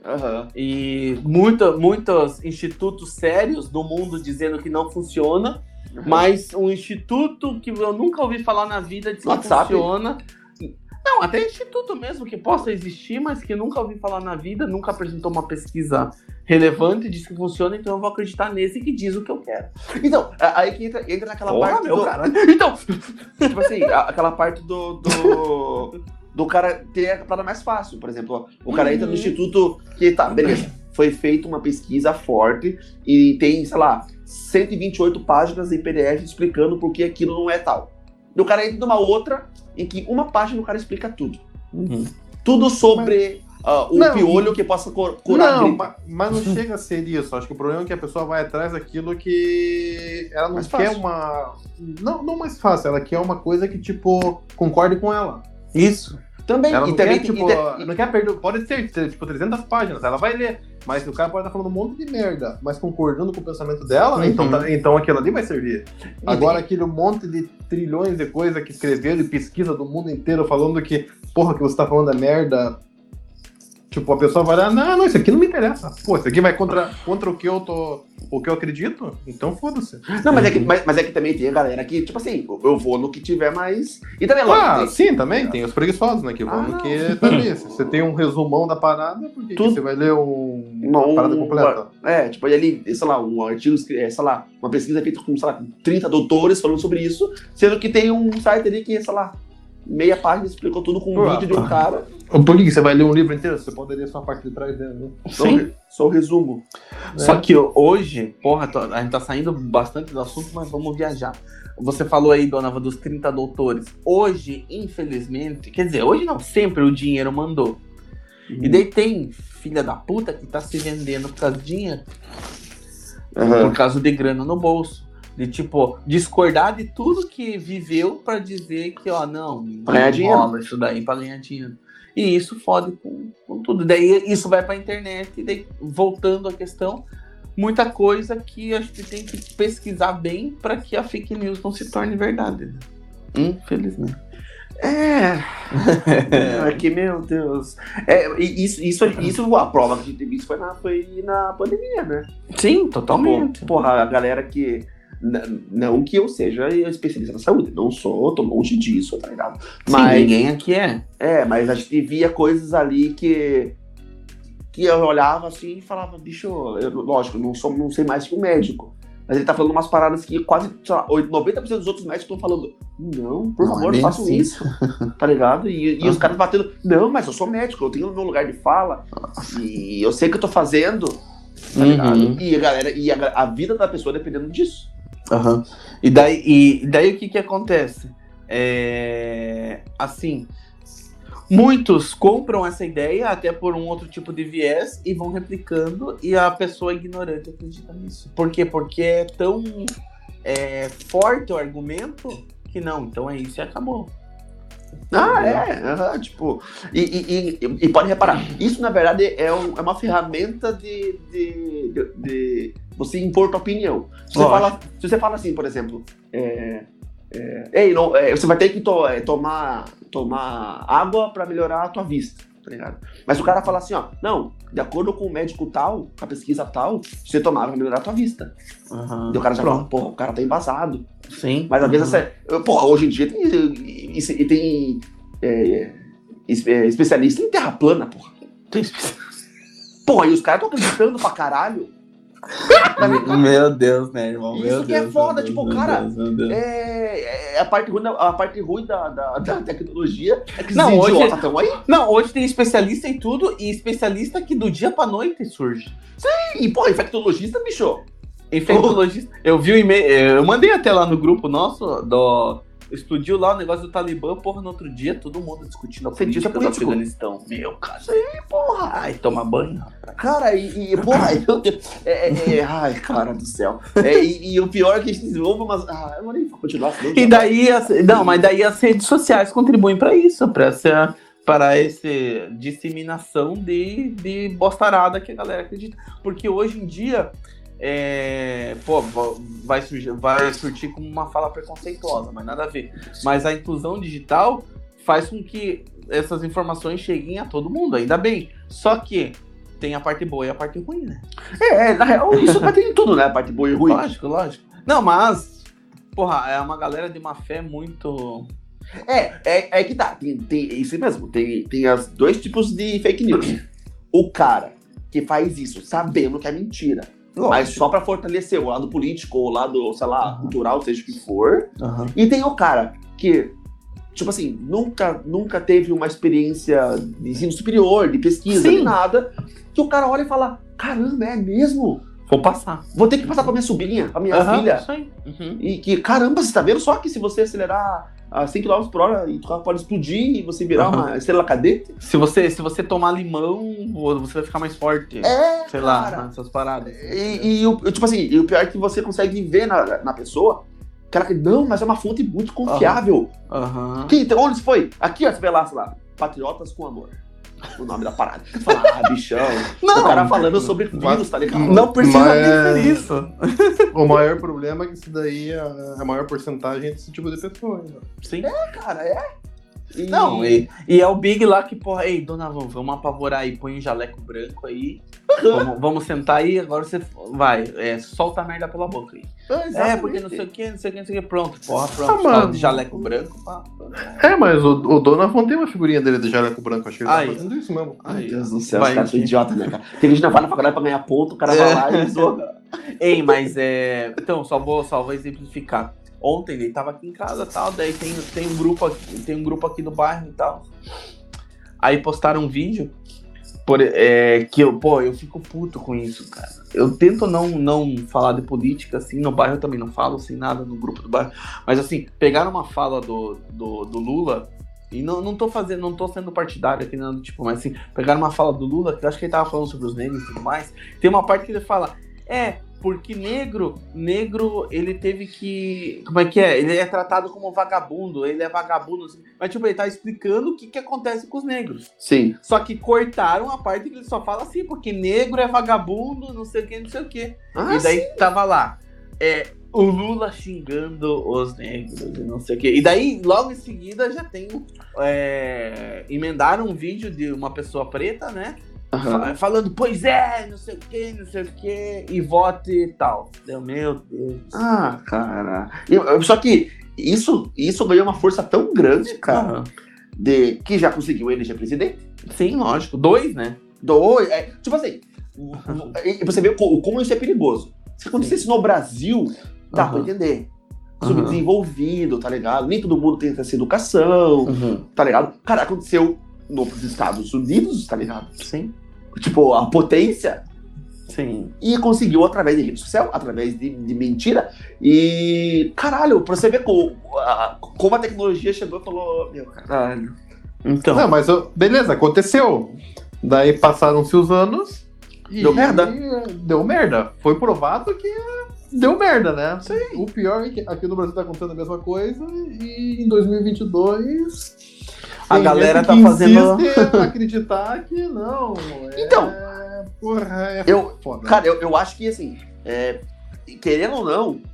E muitos institutos sérios do mundo dizendo que não funciona, mas um instituto que eu nunca ouvi falar na vida diz que funciona. Não, até instituto mesmo que possa existir, mas que nunca ouvi falar na vida, nunca apresentou uma pesquisa relevante, diz que funciona, então eu vou acreditar nesse que diz o que eu quero. Então, aí que entra naquela parte Então, tipo assim, aquela parte do cara ter a parada mais fácil. Por exemplo, o cara entra no instituto que beleza, foi feita uma pesquisa forte e tem, sei lá, 128 páginas em PDF explicando por que aquilo não é tal. E o cara entra numa outra em que uma página o cara explica tudo. Tudo sobre piolho que possa curar. Não, mas não chega a ser isso. Acho que o problema é que a pessoa vai atrás daquilo que ela não mais quer fácil. Não mais fácil, ela quer uma coisa que, tipo, concorde com ela. Isso. Também. Ela não não também quer, tipo, não quer perder. Pode ser, tipo, 300 páginas, ela vai ler. Mas o cara pode estar falando um monte de merda, mas concordando com o pensamento dela, então aquilo ali vai servir. Agora, aquele monte de trilhões de coisas que escreveram e pesquisa do mundo inteiro falando que, porra, que você tá falando é merda. Tipo, a pessoa vai lá, não, isso aqui não me interessa. Pô, isso aqui vai contra o que eu acredito? Então foda-se. Não, mas é que também tem a galera que, tipo assim, eu vou no que tiver mais... E também, lógico, sim, também tem os preguiçosos, né, que vão no que tá ali. Se você tem um resumão da parada, por que você vai ler uma parada completa? Tipo, ali, sei lá, um artigo, sei lá, uma pesquisa feita com, sei lá, 30 doutores falando sobre isso, sendo que tem um site ali que, sei lá, meia página explicou tudo com um vídeo de um cara. Por que você vai ler um livro inteiro? Você pode ler só a parte de trás dele, né? Sim. Só o resumo. Só que hoje, porra, a gente tá saindo bastante do assunto, mas vamos viajar. Você falou aí, Dona, dos 30 doutores. Hoje, infelizmente, quer dizer, hoje não, sempre o dinheiro mandou. E daí tem filha da puta que tá se vendendo por causa de dinheiro. Por causa de grana no bolso. De, tipo, discordar de tudo que viveu pra dizer que, ó, não ganhar dinheiro. Isso daí pra ganhar dinheiro. E isso fode com tudo. Daí isso vai pra internet, e daí, voltando à questão, muita coisa que a gente tem que pesquisar bem pra que a fake news não se torne verdade. Né? Infelizmente. É que, meu Deus. Isso a prova que teve isso foi na pandemia, né? Sim, totalmente. Porra, a galera que... Não que eu seja especialista na saúde, não sou, tô longe disso, tá ligado? Mas sim, ninguém aqui é. Mas a gente via coisas ali que eu olhava assim e falava, bicho, lógico, não sei mais que um médico. Mas ele tá falando umas paradas que quase, sei lá, 90% dos outros médicos estão falando, não, por favor, não façam isso, tá ligado? E os caras batendo, não, mas eu sou médico, eu tenho meu lugar de fala, e eu sei o que eu tô fazendo, tá ligado? E a galera, a vida da pessoa dependendo disso. E daí o que acontece? Assim, muitos compram essa ideia até por um outro tipo de viés e vão replicando, e a pessoa ignorante acredita nisso. Por quê? Porque é tão forte o argumento que não, então é isso e acabou. Tipo, e pode reparar, isso na verdade é uma ferramenta de você impor tua opinião. Se você fala assim, por exemplo, você vai ter que tomar água pra melhorar a tua vista, tá ligado? Mas o cara fala assim, ó, não, de acordo com o médico tal, com a pesquisa tal, você tomar pra melhorar a tua vista. E o cara já fala, porra, o cara tá embasado. Sim. Mas às vezes, porra, hoje em dia tem especialista em terra plana, porra. Porra, e os caras estão acreditando pra caralho. Meu Deus, né, irmão? Isso que é foda, tipo, cara, a parte ruim da tecnologia é que não, hoje estão aí. Não, hoje tem especialista em tudo e especialista que do dia pra noite surge. Sim, e porra, infectologista, bicho. Infectologista. Eu vi o e-mail, eu mandei até lá no grupo nosso explodiu lá o negócio do Talibã, porra, no outro dia, todo mundo discutindo a política do Afeganistão. Meu, cara. Isso aí, porra. Ai, toma banho, rapaz. Cara, porra, ai, cara do céu. E o pior é que a gente desenvolve umas... eu não vou nem continuar. E daí, mas daí as redes sociais contribuem pra isso, para essa disseminação de bostarada que a galera acredita. Porque hoje em dia... vai surgir como uma fala preconceituosa, mas nada a ver. Mas a inclusão digital faz com que essas informações cheguem a todo mundo, ainda bem. Só que tem a parte boa e a parte ruim, né? Na real, isso vai ter em tudo, né? A parte boa e ruim. Lógico. Não, mas, porra, é uma galera de má fé muito... É que tá, tem isso mesmo, tem os dois tipos de fake news. O cara que faz isso sabendo que é mentira, mas só pra fortalecer o lado político, ou o lado, sei lá, cultural, seja o que for. E tem o cara que, tipo assim, nunca teve uma experiência de ensino superior, de pesquisa, de nada, que o cara olha e fala, caramba, é mesmo? Vou ter que passar pra minha sobrinha, pra minha filha. Isso aí. E que, caramba, você tá vendo só que se você acelerar a 100 km por hora, e o carro pode explodir e você virar uma estrela cadete. Se você tomar limão, você vai ficar mais forte. Sei lá, nessas paradas. E o pior é que você consegue ver na pessoa, cara, não, mas é uma fonte muito confiável. Onde isso foi? Aqui, ó, você vê lá, sei lá, Patriotas com Amor. O nome da parada. Bichão. Não, o cara falando sobre vírus, tá ligado? Não precisa nem ser isso. O maior problema é que isso daí é a maior porcentagem desse tipo de pessoa. Né? Sim. Cara, Não, e é o Big lá que, porra, ei, dona Van, vamos apavorar aí, põe um jaleco branco aí, vamos sentar aí, agora você vai, solta a merda pela boca aí. Porque não sei o que, pronto, de jaleco branco, pá. Mas o Donovan tem uma figurinha dele de jaleco branco, acho que ele tá fazendo isso mesmo. Ai, Deus do céu, os caras são idiotas, né, cara? Tem gente que vai na faculdade pra ganhar ponto, o cara vai lá e zoa. Ei, mas então, só vou exemplificar. Ontem ele tava aqui em casa e tal, daí tem um grupo aqui do bairro e tal. Aí postaram um vídeo que eu fico puto com isso, cara. Eu tento não falar de política, assim, no bairro eu também não falo, assim, nada no grupo do bairro. Mas assim, pegaram uma fala do Lula, e não tô sendo partidário aqui, não, tipo, mas assim, pegaram uma fala do Lula, que eu acho que ele tava falando sobre os negros e tudo mais. Tem uma parte que ele fala, porque negro, ele teve que... Como é que é? Ele é tratado como vagabundo, ele é vagabundo. Assim. Mas, tipo, ele tá explicando o que acontece com os negros. Sim. Só que cortaram a parte que ele só fala assim, porque negro é vagabundo, não sei o que, não sei o que. E daí tava lá, o Lula xingando os negros e não sei o que. E daí, logo em seguida, já tem... emendaram um vídeo de uma pessoa preta, né? Falando, pois não sei o que, e vote e tal. Meu Deus. Cara. Só que isso ganhou uma força tão grande, cara, que já conseguiu eleger presidente. Sim, lógico. 2, né? 2. Tipo assim, você vê como isso é perigoso. Se acontecesse no Brasil, dá pra entender. Subdesenvolvido, tá ligado? Nem todo mundo tem essa educação, tá ligado? Cara, aconteceu nos Estados Unidos, tá ligado? Sim. Tipo, a potência. Sim. E conseguiu através de rede social, através de mentira. E, caralho, pra você ver como a tecnologia chegou e falou, meu caralho. Então. Não, mas beleza, aconteceu. Daí passaram-se os anos e deu merda. Foi provado que deu merda, né? Sim. O pior é que aqui no Brasil tá acontecendo a mesma coisa e em 2022... A galera tá fazendo... acreditar que não. Então, porra, foda. Cara, eu acho que, assim, querendo ou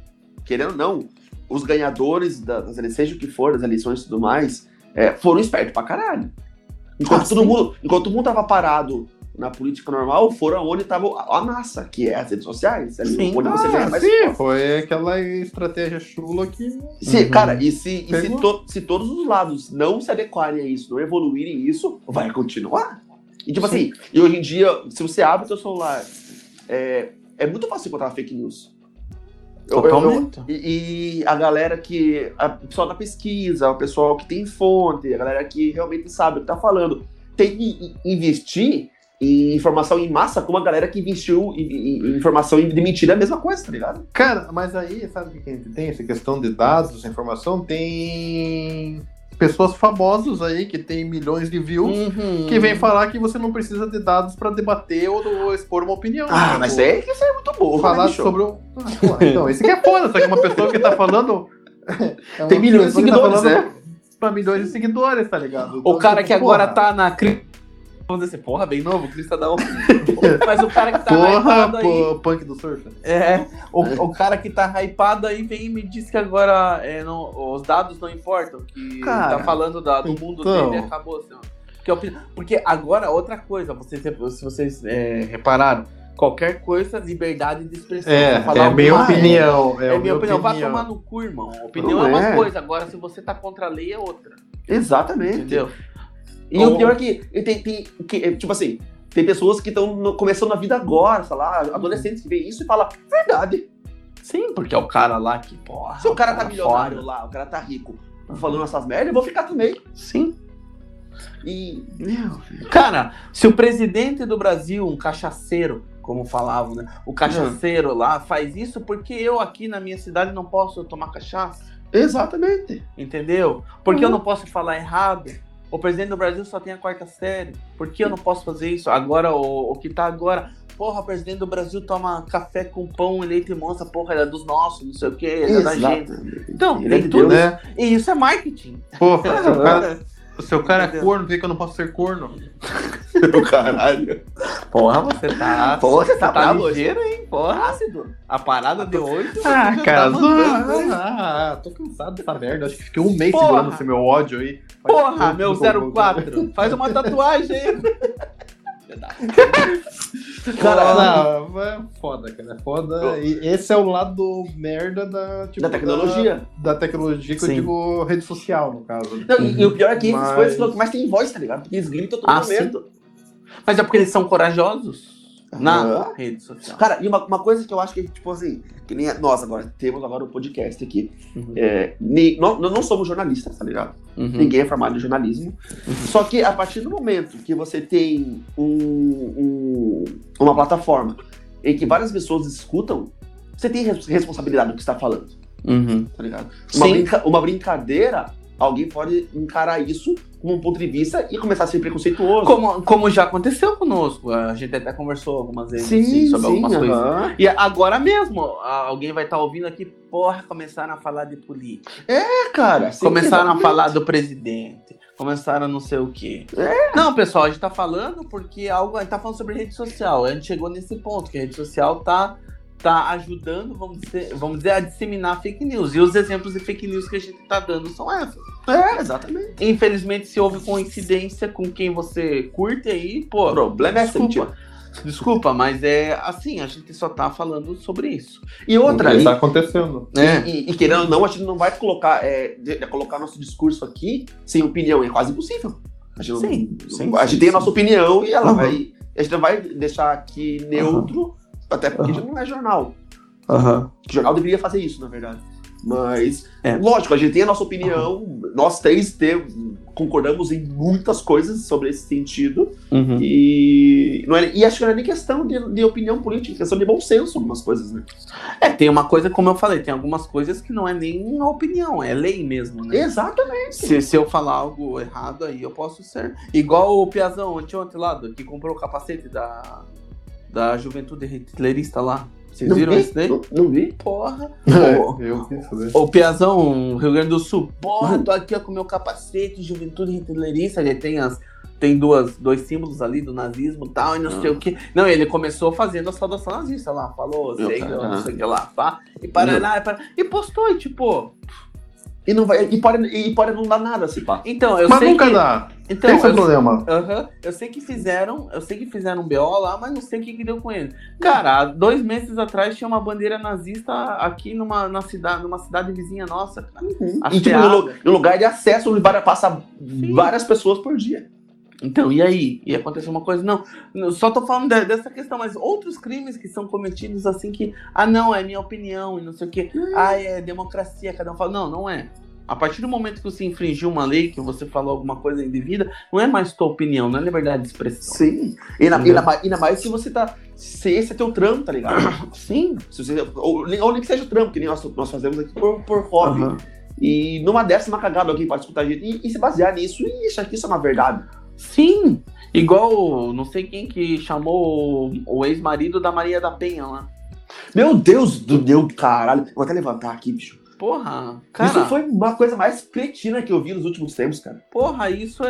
não, os ganhadores das eleições, seja o que for, das eleições e tudo mais, foram espertos pra caralho. Enquanto todo mundo tava parado na política normal, foram onde tava a massa, que é as redes sociais. Sim. Onde você ganha mais força. Foi aquela estratégia chula que... Cara, se todos os lados não se adequarem a isso, não evoluírem isso, vai continuar. E tipo assim, e hoje em dia, se você abre o seu celular, é muito fácil encontrar fake news. E a galera o pessoal da pesquisa, o pessoal que tem fonte, a galera que realmente sabe o que tá falando, tem que investir em informação em massa, como a galera que investiu em informação de mentira é a mesma coisa, tá ligado? Cara, mas aí, sabe o que a gente tem? Essa questão de dados, informação, tem pessoas famosas aí que tem milhões de views que vem falar que você não precisa de dados pra debater ou expor uma opinião. Mas isso é muito bom. Falar sobre o... Então, esse que é foda, só que uma pessoa que tá falando... tem milhões de seguidores, pra milhões de seguidores, tá ligado? Então, o cara que agora tá na... Vamos dizer assim, porra, bem novo, Cristadão. Mas o cara que tá hypado aí... Punk do surf. O cara que tá hypado aí vem e me diz que agora os dados não importam, que tá falando do mundo dele e acabou, assim, porque agora, outra coisa, se vocês repararam, qualquer coisa, liberdade de expressão. Minha opinião. É minha opinião. Vai tomar no cu, irmão. Opinião é uma coisa, agora se você tá contra a lei é outra. Exatamente. Entendeu? E o pior é que tipo assim, tem pessoas que estão começando a vida agora, sei lá, adolescentes que veem isso e falam, verdade. Sim, porque é o cara lá que, porra... Se o cara tá milionário lá, o cara tá rico, falando essas merdas, eu vou ficar também. Sim. Cara, se o presidente do Brasil, um cachaceiro, como falavam, né? O cachaceiro lá faz isso, porque eu aqui na minha cidade não posso tomar cachaça? Exatamente. Entendeu? Porque eu não posso falar errado. O presidente do Brasil só tem a 4ª série. Por que eu não posso fazer isso? Agora, o que tá agora... Porra, o presidente do Brasil toma café com pão e leite moça. Porra, ele é dos nossos, não sei o que, ele é da gente. Então, tem tudo, né? E isso é marketing. Porra, se o cara é corno, por que eu não posso ser corno? Caralho. Porra, você tá. Porra, você tá ligeiro, hein? Porra. Ácido. A parada de 8. Cara, tô cansado dessa merda. Acho que fiquei um mês segurando esse meu ódio aí. Porra, meu 04. Faz uma tatuagem aí. Cara, é foda, cara. É foda. E esse é o lado merda da tecnologia. Da tecnologia que eu digo rede social, no caso. Não, e o pior é que essas coisas são o que mais tem voz, tá ligado? Porque eles gritam todo momento. Mas é porque eles são corajosos na rede social. Cara, e uma coisa que eu acho que, tipo assim, que nem nós agora, temos agora um podcast aqui. Nós não somos jornalistas, tá ligado? Ninguém é formado em jornalismo. Só que a partir do momento que você tem uma plataforma em que várias pessoas escutam, você tem responsabilidade do que você tá falando. Tá ligado? Uma brincadeira, alguém pode encarar isso como um ponto de vista e começar a ser preconceituoso. Como já aconteceu conosco. A gente até conversou algumas vezes sobre algumas coisas. E agora mesmo, alguém vai estar ouvindo aqui, porra, começaram a falar de política. Cara. Começaram a falar do presidente. Começaram a não sei o quê. Não, pessoal, a gente tá falando porque a gente tá falando sobre rede social. A gente chegou nesse ponto, que a rede social tá ajudando, vamos dizer, a disseminar fake news. E os exemplos de fake news que a gente tá dando são essas. Exatamente. Infelizmente, se houve coincidência com quem você curte aí, pô... O problema é Desculpa, mas é assim, a gente só tá falando sobre isso. E outra... Isso tá acontecendo. E querendo ou não, a gente não vai colocar nosso discurso aqui sem opinião. É quase impossível. A gente tem a nossa opinião e ela vai... A gente não vai deixar aqui neutro... Até porque já não é jornal. O jornal deveria fazer isso, na verdade. Mas, lógico, a gente tem a nossa opinião. Nós três concordamos em muitas coisas sobre esse sentido. E acho que não é nem questão de opinião política, é questão de bom senso algumas coisas, né? Tem uma coisa, como eu falei, tem algumas coisas que não é nem a opinião, é lei mesmo, né? Exatamente. Se eu falar algo errado, aí eu posso ser. Igual o Piazão, ontem lá, que comprou o capacete da juventude hitlerista lá. Vocês viram isso daí? Não vi. Porra. Eu vi isso daí. O Piazão, Rio Grande do Sul. Porra, tô aqui com o meu capacete, juventude hitlerista. Ele tem dois símbolos ali do nazismo e tal, e não sei o que. Não, ele começou fazendo a saudação nazista lá. Falou, não sei o que lá, pá. E e postou, e tipo... E não vai, e pode não dar nada, assim, pá. Então, mas nunca dá. Então, esse é o problema. Eu sei que fizeram um BO lá, mas não sei o que deu com ele. Cara, há 2 meses atrás tinha uma bandeira nazista aqui numa cidade vizinha nossa. E tipo, no lugar de acesso, passa várias pessoas por dia. Então, e aí? E aconteceu uma coisa? Não, só tô falando dessa questão, mas outros crimes que são cometidos assim que, não, é minha opinião e não sei o quê. É democracia, cada um fala. Não é. A partir do momento que você infringiu uma lei, que você falou alguma coisa indevida, não é mais tua opinião, não é liberdade de expressão. Sim. Ainda mais se você tá... Se esse é teu trampo, tá ligado? Sim. Ou nem que seja o trampo, que nem nós fazemos aqui por hobby. E numa dessa, uma cagada, alguém pode escutar a gente e se basear nisso e achar que isso é uma verdade. Sim, igual não sei quem que chamou o ex-marido da Maria da Penha lá. Meu Deus do Deus, caralho. Vou até levantar aqui, bicho. Porra, cara. Isso foi uma coisa mais cretina que eu vi nos últimos tempos, cara. Porra, isso é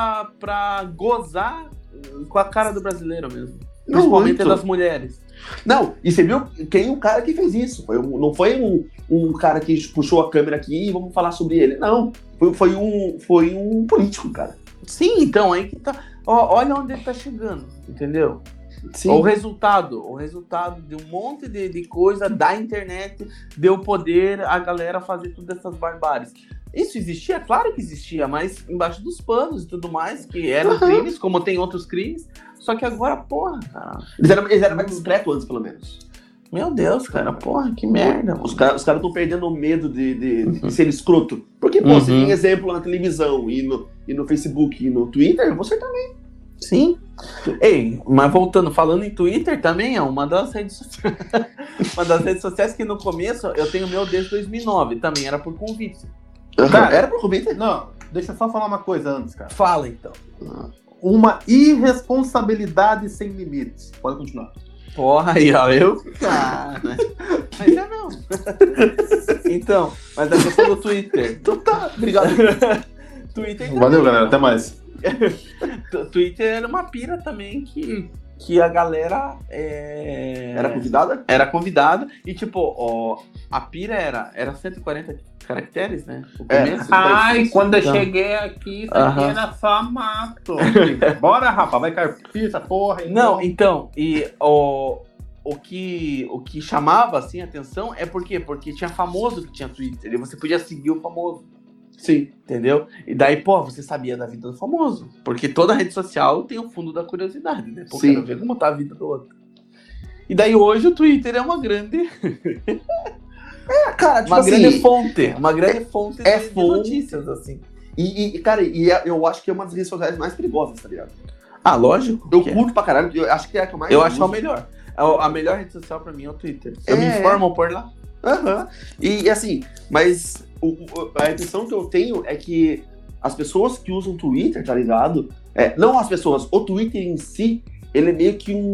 pra gozar com a cara do brasileiro mesmo. Principalmente das mulheres. Não, e você viu quem o cara que fez isso? Não foi um cara que puxou a câmera aqui e vamos falar sobre ele. Não, foi um político, cara. Sim, então, aí que tá. Olha onde ele tá chegando, entendeu? Sim. O resultado de um monte de coisa da internet deu poder a galera fazer todas essas barbáries. Isso existia? Claro que existia, mas embaixo dos panos e tudo mais, que eram crimes, como tem outros crimes. Só que agora, porra, cara. Eles eram mais discretos antes, pelo menos. Meu Deus, cara, porra, que merda. Os caras estão perdendo o medo de ser escroto. Porque, pô, você tem exemplo na televisão e no Facebook e no Twitter, você também. Sim. Ei, mas voltando, falando em Twitter também é uma das redes sociais. Uma das redes sociais que no começo eu tenho o meu desde 2009, também era por convite. Cara, era por convite? Não, deixa eu só falar uma coisa antes, cara. Fala então. Uma irresponsabilidade sem limites. Pode continuar. Porra, aí, ó, cara. Mas é não. Então, mas a questão do Twitter. Então tá, obrigado. Twitter valeu, galera, até mais. Twitter era uma pira também que a galera era convidada? Era convidada e tipo, ó, a pira era 140 caracteres, né? Ai, quando eu cheguei aqui, isso aqui era só mato. Bora, rapaz, vai carpir essa porra. Não, então, e o que chamava assim a atenção é porque tinha famoso que tinha Twitter e você podia seguir o famoso. Sim. Entendeu? E daí, você sabia da vida do famoso. Porque toda rede social tem o fundo da curiosidade, né? Pô, quero ver como tá a vida do outro. E daí hoje o Twitter é uma grande... cara, tipo uma assim, grande fonte. Uma grande fonte de notícias, assim. Cara, eu acho que é uma das redes sociais mais perigosas, tá ligado? Ah, lógico. Eu curto pra caralho, eu acho que é a que eu mais acho a melhor. A melhor rede social pra mim é o Twitter. Eu me informo por lá. E assim, mas a impressão que eu tenho é que as pessoas que usam Twitter, tá ligado? Não as pessoas, o Twitter em si, ele é meio que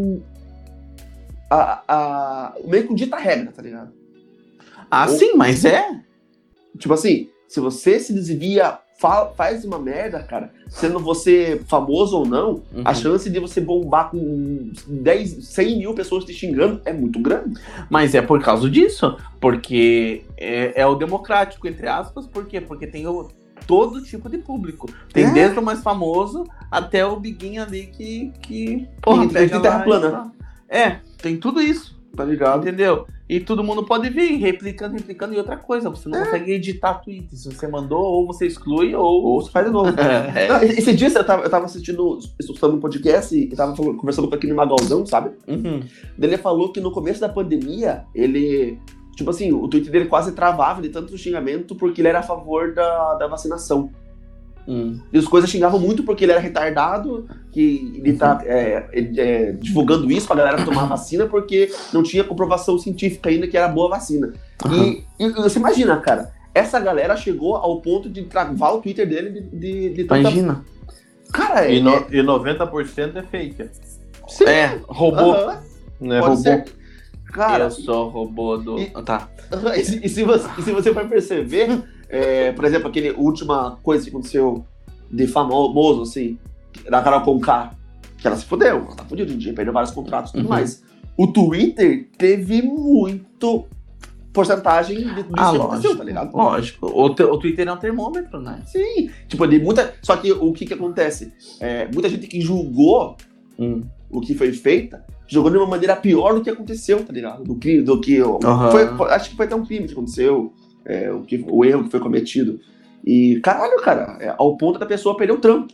meio que um dita-regra, tá ligado? Sim, mas tipo assim, se você se desvia, faz uma merda, cara, sendo você famoso ou não, a chance de você bombar com 100 mil pessoas te xingando é muito grande. Mas é por causa disso, porque é o democrático, entre aspas, por quê? Porque tem todo tipo de público. Tem desde o mais famoso até o biguinho ali que pega terra plana. Tem tudo isso. Tá ligado? Entendeu? E todo mundo pode vir replicando. E outra coisa, você não consegue editar tweet. Se você mandou, ou você exclui, ou você faz de novo. Não, esse dia eu tava escutando um podcast e tava conversando com aquele Magalzão, sabe? Ele falou que no começo da pandemia, ele... Tipo assim, o Twitter dele quase travava de tanto xingamento porque ele era a favor da vacinação. E as coisas xingavam muito porque ele era retardado, que ele tá divulgando isso pra galera tomar vacina porque não tinha comprovação científica ainda que era boa vacina. E você imagina, cara, essa galera chegou ao ponto de travar o Twitter dele de tanta... Imagina. Cara, e 90% é fake. Sim. Robô. Não é robô. Ser. Cara, eu sou robô do... Tá. E se você for perceber... por exemplo, aquele última coisa que aconteceu de famoso, assim, da Carol Conká, que ela se fodeu, ela tá fodida, perdeu vários contratos e tudo mais. O Twitter teve muito porcentagem disso que aconteceu, tá ligado? Lógico. O Twitter é um termômetro, né? Sim. Tipo, só que o que acontece? Muita gente que julgou o que foi feito, jogou de uma maneira pior do que aconteceu, tá ligado? Acho que foi até um crime que aconteceu. O erro que foi cometido. E, caralho, cara, ao ponto da pessoa perder o trampo.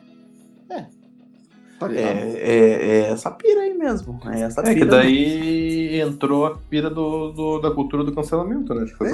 Tá ligado? Essa pira aí mesmo. Essa pira que daí entrou a pira da cultura do cancelamento, né? Tipo,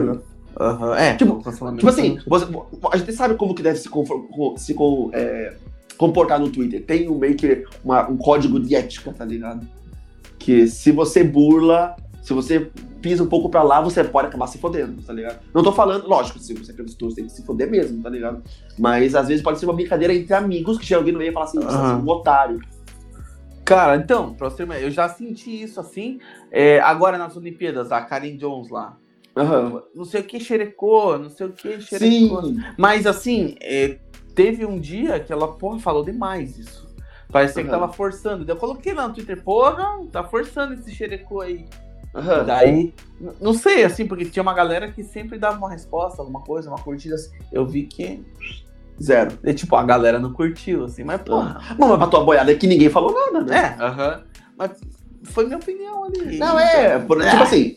tipo assim, a gente sabe como que deve se comportar no Twitter. Tem meio que um código de ética, tá ligado? Que se você burla, se você pisa um pouco pra lá, você pode acabar se fodendo, tá ligado? Não tô falando, lógico, se você acreditou, você tem que se foder mesmo, tá ligado? Mas às vezes pode ser uma brincadeira entre amigos que chega alguém no meio e fala assim, você é um otário. Cara, então, pra você, eu já senti isso assim, agora nas Olimpíadas, a Karen Jones lá. Não sei o que xerecou, Sim. Mas assim, teve um dia que ela, falou demais isso. Parecia que tava forçando. Eu coloquei lá no Twitter, tá forçando esse xerecô aí. Daí, não sei, assim, porque tinha uma galera que sempre dava uma resposta, alguma coisa, uma curtida, assim. Eu vi que... Zero. E, tipo, a galera não curtiu, assim, mas, porra... Mas pra tua boiada é que ninguém falou nada, né? Mas foi minha opinião ali. Não, tipo assim...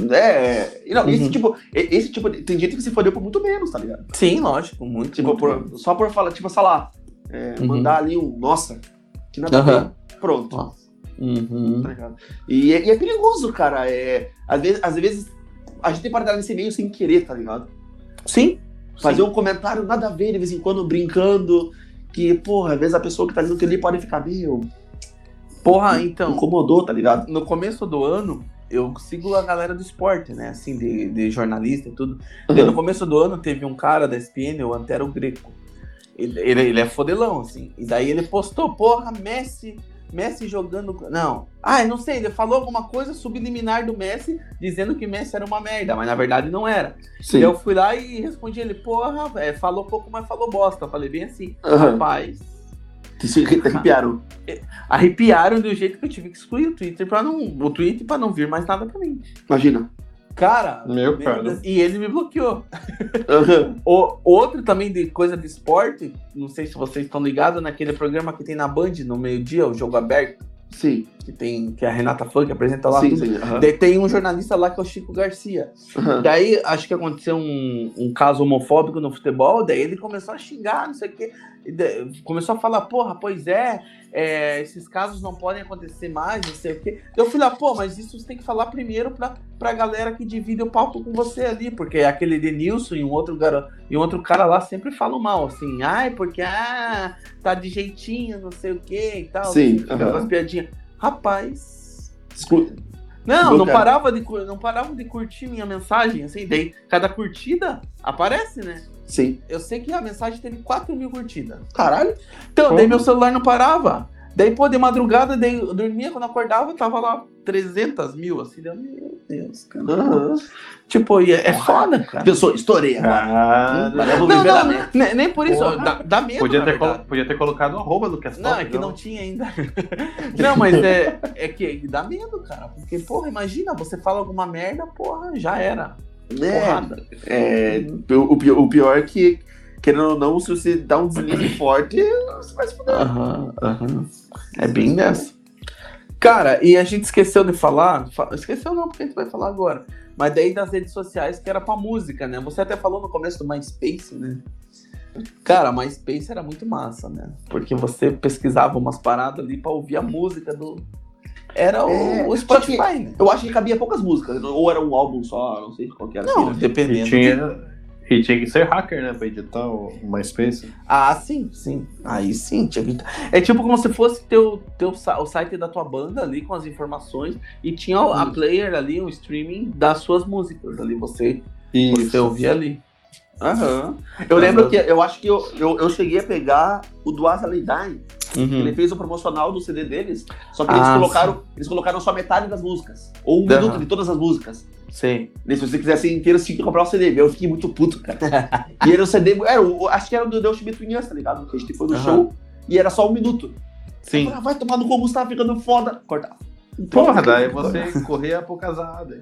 Esse tipo... Tem gente que se fodeu por muito menos, tá ligado? Sim, lógico, muito. Tipo, só por falar, tipo, sei lá, mandar ali nossa, que nada a ver. Pronto. Tá ligado? E é perigoso, cara. Às vezes a gente tem para dar nesse meio sem querer, tá ligado? Sim. Fazer um comentário nada a ver, de vez em quando brincando, que, porra, às vezes a pessoa que tá dizendo que ali pode ficar meio... Porra, então... Incomodou, tá ligado? No começo do ano, eu sigo a galera do esporte, né? Assim, de jornalista e tudo. E no começo do ano teve um cara da ESPN, o Antero Greco. Ele é fodelão, assim. E daí ele postou, porra, Messi Messi jogando... Não. Eu não sei, ele falou alguma coisa subliminar do Messi, dizendo que Messi era uma merda, mas na verdade não era. Sim. E eu fui lá e respondi ele, porra, falou pouco, mas falou bosta. Eu falei bem assim, rapaz... Arrepiaram. Arrepiaram do jeito que eu tive que excluir o Twitter pra não vir mais nada pra mim. Imagina. Cara, e ele me bloqueou. Outro também de coisa de esporte, não sei se vocês estão ligados naquele programa que tem na Band no meio-dia, o Jogo Aberto. Sim. Que a Renata Funk apresenta lá. Sim, sim. Daí tem um jornalista lá que é o Chico Garcia. Daí acho que aconteceu um caso homofóbico no futebol, daí ele começou a xingar, não sei o quê. Começou a falar, porra, pois esses casos não podem acontecer mais, não sei o quê. Eu falei, mas isso você tem que falar primeiro pra galera que divide o palco com você ali, porque aquele Denilson e um outro cara lá sempre falam mal, assim, porque tá de jeitinho, não sei o quê e tal. Sim. As piadinhas. Rapaz. Não parava de curtir minha mensagem, assim, daí cada curtida aparece, né? Sim. Eu sei que a mensagem teve 4.000 curtidas. Caralho. Então, daí meu celular não parava. Daí, de madrugada, daí eu dormia, quando eu acordava, tava lá 300.000, assim, meu Deus, cara. Tipo, é foda, cara. Pessoal, estourei agora. Nem por isso, dá medo, podia ter colocado @, Lucas. Não, é que não tinha ainda. Não, mas é que dá medo, cara, porque, porra, imagina, você fala alguma merda, porra, já era. Porrada. O pior é que, querendo ou não, se você dá um deslize forte, você vai se fuder. É bem dessa. Cara, e a gente esqueceu de falar. Esqueceu não, porque a gente vai falar agora. Mas daí das redes sociais, que era pra música, né? Você até falou no começo do MySpace, né? Cara, MySpace era muito massa, né? Porque você pesquisava umas paradas ali pra ouvir a música do... Era o Spotify, né? Eu acho que cabia poucas músicas, ou era um álbum só, não sei qual que era. Não, dependendo. E tinha que ser hacker, né, pra editar o MySpace. Sim. Aí sim, tinha que... É tipo como se fosse o site da tua banda ali, com as informações, e tinha a player ali, o streaming das suas músicas ali, você ouvia ali. Eu lembro que, eu acho que eu cheguei a pegar o do Azaleidine. Ele fez o promocional do CD deles, só que eles colocaram só metade das músicas, ou um minuto de todas as músicas. Sim. E se você quisesse inteiro, você tinha que comprar o CD. Eu fiquei muito puto, cara. E era o CD, acho que era do Deus Schmidt Vinhas, tá ligado? Que a gente foi no show e era só 1 minuto. Sim. Falei, vai tomar no cu, Gustavo, ficando foda. Cortava. Porra, daí você corria pro casado.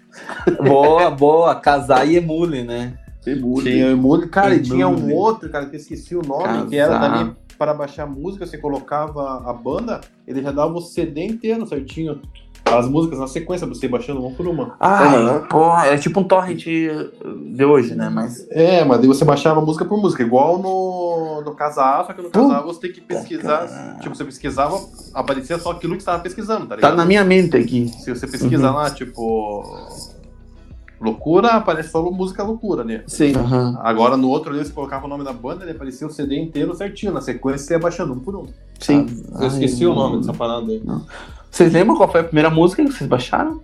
Boa, casar e emule, né? Tinha emule, cara, e tinha um outro, cara, que eu esqueci o nome, que era também para baixar música, você colocava a banda, ele já dava o CD inteiro certinho. As músicas na sequência, você baixando uma por uma. Porra, é tipo um torrent de hoje, né? Mas daí você baixava música por música, igual no Casar, só que no Casar você tem que pesquisar. Tipo, você pesquisava, aparecia só aquilo que você tava pesquisando, tá ligado? Tá na minha mente aqui. Se você pesquisa lá, tipo... Loucura, aparece só música Loucura, né? Sim. Agora no outro ali você colocava o nome da banda, ele aparecia o CD inteiro certinho. Na sequência você ia baixando um por um. Sim. Eu esqueci o nome dessa parada aí. Não. Vocês lembram qual foi a primeira música que vocês baixaram?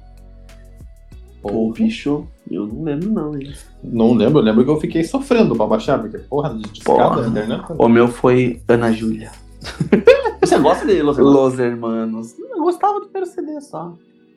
Pô, bicho, eu não lembro não, hein? Não lembro, eu lembro que eu fiquei sofrendo pra baixar, porque porra de discada na internet. O meu foi Ana Júlia. Você gosta de Los Hermanos? Eu gostava do primeiro CD só.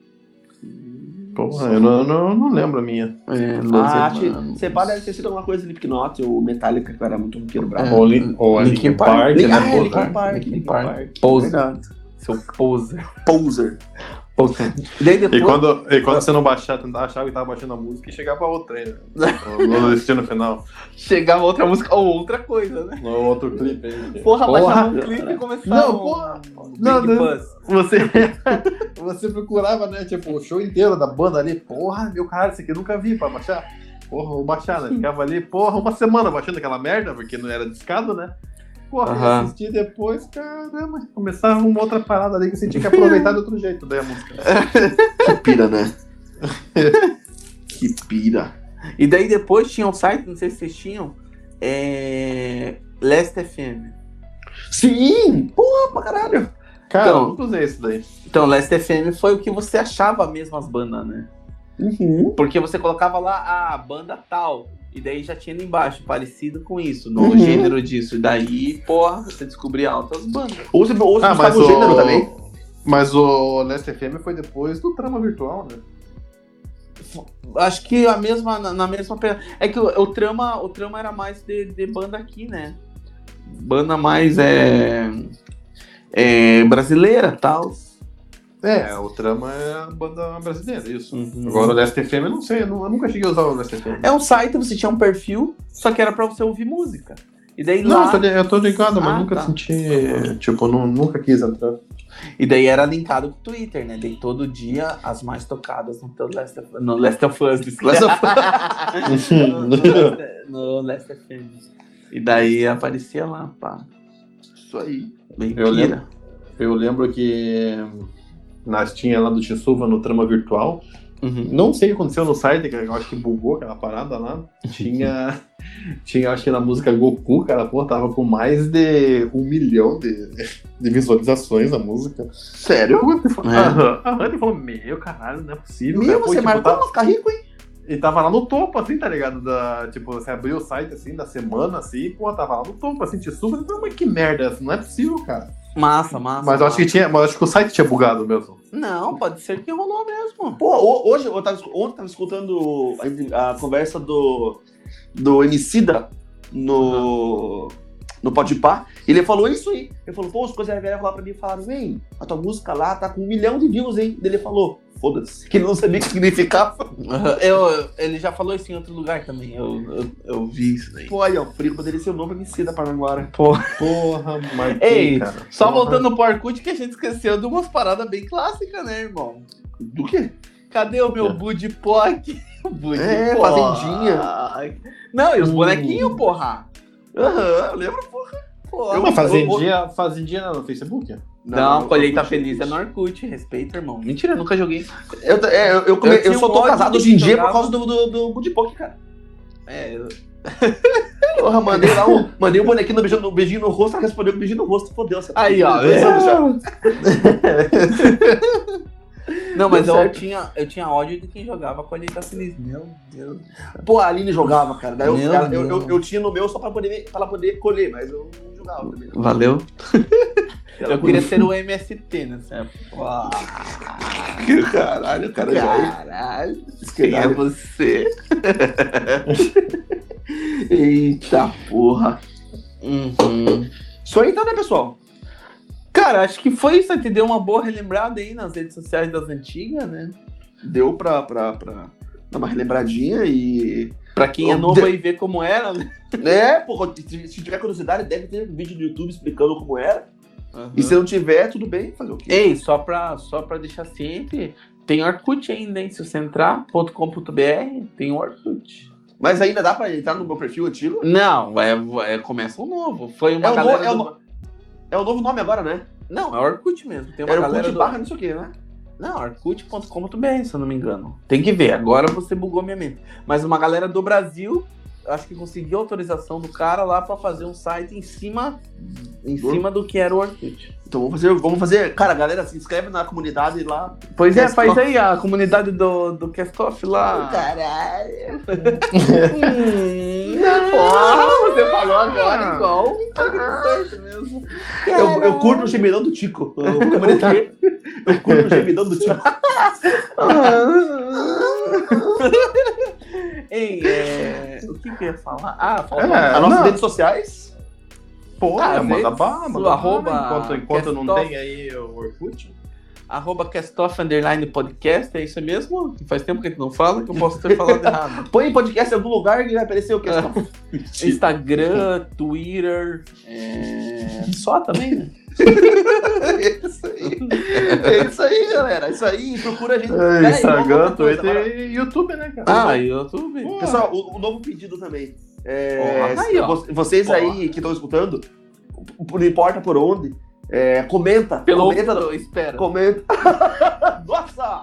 Porra, eu não lembro a minha. Você deve ter sido alguma coisa de Slipknot ou Metallica, que era muito roqueiro bravo. Ou Linkin Park, né? Linkin Park. Poser. Seu poser. E daí depois... E quando você não baixava, achava que tava baixando a música e chegava outra aí, né? No destino final. Chegava outra música ou outra coisa, né? No outro clipe aí. Baixava um clipe e começava Você procurava, né, tipo, o show inteiro da banda ali. Porra, meu cara, isso aqui eu nunca vi pra baixar. Porra, vou baixar, né? Ficava ali, uma semana baixando aquela merda, porque não era discado, né? Porra, eu assisti depois, caramba, começava uma outra parada ali que você tinha que aproveitar de outro jeito, daí a música. Que pira, né? Que pira. E daí depois tinha um site, não sei se vocês tinham, Last FM. Sim! Porra, pra caralho! Cara, eu nunca usei isso daí. Então, Last FM foi o que você achava mesmo as bandas, né? Porque você colocava lá a banda tal. E daí já tinha ali embaixo, parecido com isso, no gênero disso. E daí, porra, você descobria altas bandas. Ou você buscava o gênero também. Mas o Last FM foi depois do Trama Virtual, né? Acho que na mesma pegada. É que o trama era mais de banda aqui, né? Banda mais brasileira e tal. O Trama é a banda brasileira, isso. Agora o Last FM eu não sei, eu nunca cheguei a usar o Last FM. É um site, você tinha um perfil, só que era pra você ouvir música. E daí não, lá... eu tô ligado, mas nunca senti, tipo, nunca quis entrar. E daí era linkado com o Twitter, né? Daí todo dia as mais tocadas no Last of Us. No Last FM. E daí aparecia lá, pá. Isso aí. Bem eu lembro que nós tinha lá do Tsuva no Trama Virtual. Não sei o que aconteceu no site, que eu acho que bugou aquela parada lá. Tinha acho que na música Goku, cara, pô, tava com mais de 1 milhão de visualizações a música. Sério? A Hunter falou, meu caralho, não é possível. Meu, você marcou pra ficar rico, hein? E tava lá no topo, assim, tá ligado? Tipo, você abriu o site, assim, da semana, assim, pô, tava lá no topo, assim, Tsuva. Mas que merda, assim, não é possível, cara. Massa. Mas eu acho que o site tinha bugado mesmo. Não, pode ser que rolou mesmo. Pô, ontem eu tava escutando a conversa do Emicida no Podpah. Ele falou isso aí. Ele falou, pô, os coisas vieram falar pra mim e falaram, vem, a tua música lá tá com 1 milhão de views, hein? Ele falou, foda-se, que ele não sabia o que significava. Ele já falou isso em outro lugar também, eu vi isso daí. Pô, aí, ó, o Frigo poderia ser o novo Emicida para agora. Porra, marquei, Ei, cara. Só voltando pro Orkut que a gente esqueceu de umas paradas bem clássicas, né, irmão? Do quê? Cadê o meu Budipoc? Fazendinha. Não, e os bonequinhos, porra. Eu lembro, porra. Uma fazendinha no Facebook? Não, Colheita Feliz é no Orkut, respeita, irmão. Mentira, eu nunca joguei. Eu só tô casado hoje em dia por causa do Budipoc, cara. Porra, mandei um bonequinho no beijinho no rosto, ela respondeu com um beijinho no rosto, fodeu. Aí, ó. Não, mas eu tinha ódio de quem jogava Colheita Feliz. Meu Deus. Pô, a Aline jogava, cara. Daí eu tinha no meu só pra ela poder colher, mas eu não jogava também. Valeu. Eu queria ser o MST nessa época. Caralho, cara. Caralho. Quem é você? Eita porra. Isso aí então, né, pessoal? Cara, acho que foi isso. Te deu uma boa relembrada aí nas redes sociais das antigas, né? Deu pra dar uma relembradinha e... Pra quem é novo aí ver como era, né? Porra, se tiver curiosidade, deve ter um vídeo no YouTube explicando como era. E se não tiver, tudo bem, fazer o quê? Ei, só pra deixar sempre, tem Orkut ainda, hein? Se você entrar.com.br, tem Orkut. Mas ainda dá pra entrar no meu perfil antigo? Não, começa um novo. Foi uma galera... É o novo nome agora, né? Não, é Orkut mesmo. Tem uma galera Orkut barra não sei o quê, né? Não, orkut.com.br, se eu não me engano. Tem que ver, agora você bugou minha mente. Mas uma galera do Brasil, acho que conseguiu autorização do cara lá pra fazer um site em cima do que era o Orkut. Então vamos fazer... Cara, galera, se inscreve na comunidade lá. Pois faz aí a comunidade do Castoff lá. Caralho. Você falou agora igual mesmo. Eu curto o gemidão do Tico. Eu curto o gemidão do Tico. Ei, o que eu ia falar? As nossas redes sociais. Pô, manda bala. Arroba enquanto não tem aí o Orkut. @castoff_podcast, é isso mesmo? Faz tempo que a gente não fala, que eu posso ter falado errado. Põe podcast em algum lugar que vai aparecer o Castoff. Instagram, Twitter, só também, né? É isso aí, galera. É isso aí, procura a gente. Instagram, Twitter e YouTube, né, cara? YouTube. Pessoal, o novo pedido também. Vocês aí que estão escutando, não importa por onde, comenta. Espera. Comenta. Nossa!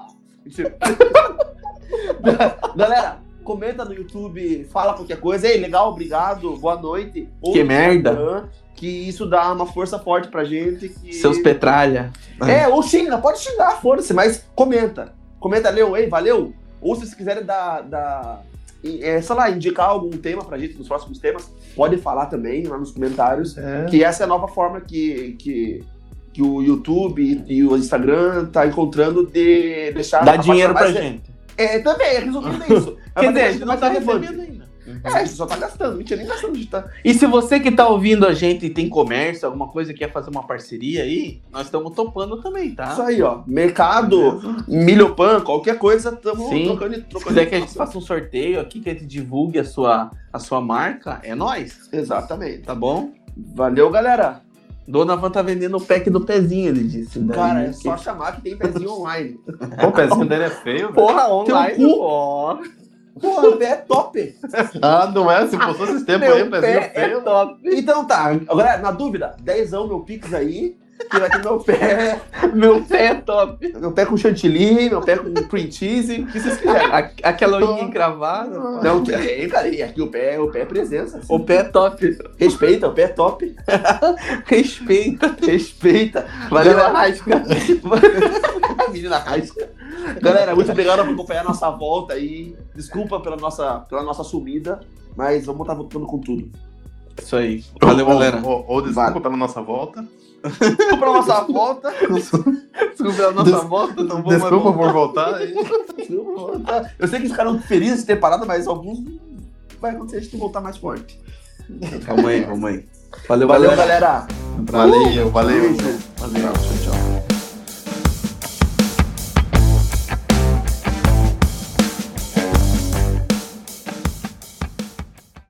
Galera, comenta no YouTube, fala qualquer coisa. Ei, legal, obrigado, boa noite. Que merda. Que isso dá uma força forte pra gente. Seus petralha. Ou xinga, pode xingar, foda-se, mas comenta. Comenta, leu, ei, valeu. Ou se vocês quiserem dar sei lá, indicar algum tema pra gente nos próximos temas, pode falar também lá nos comentários, que essa é a nova forma que o YouTube e o Instagram tá encontrando de deixar... Dá dinheiro pra gente. Também, resumindo isso. Quer dizer, a gente não tá recebendo ainda. A gente só tá gastando, mentira, nem gastando de tá. E se você que tá ouvindo a gente e tem comércio, alguma coisa, quer fazer uma parceria aí, nós estamos topando também, tá? Isso aí, ó. Mercado, Milhopan, qualquer coisa, estamos trocando. Se quiser que a gente faça um sorteio aqui, que a gente divulgue a sua marca, é nóis. Exatamente. Tá bom? Valeu, galera. Dona Van tá vendendo o pack do pezinho, ele disse. Cara, é só chamar que tem pezinho online. Pô, o pezinho dele é feio, velho. Porra, online, ó. Porra, o pé é top. Não é? Se postou esses tempos aí, o pezinho feio. É top. Então tá, agora, na dúvida, 10ão meu Pix aí, que vai ter meu pé. Meu pé é top. Meu pé com chantilly, meu pé com cream cheese, o que vocês quiserem. Aquela unha encravada. Não, cara, e aqui o pé é presença. Assim. O pé é top. Respeita, o pé é top. Respeita. Valeu, Arrasca. A menina Arrasca. Galera, muito obrigado por acompanhar a nossa volta aí. Desculpa pela nossa sumida, mas vamos estar voltando com tudo. Isso aí. Valeu, galera. Ou desculpa pela nossa volta. Desculpa pela nossa volta. Desculpa pela nossa volta. Não vou desculpa por voltar. Eu sei que ficaram felizes de ter parado, mas alguns vai acontecer de voltar mais forte. Vamos aí. Valeu, galera. Valeu. Beijo. Valeu. Tchau.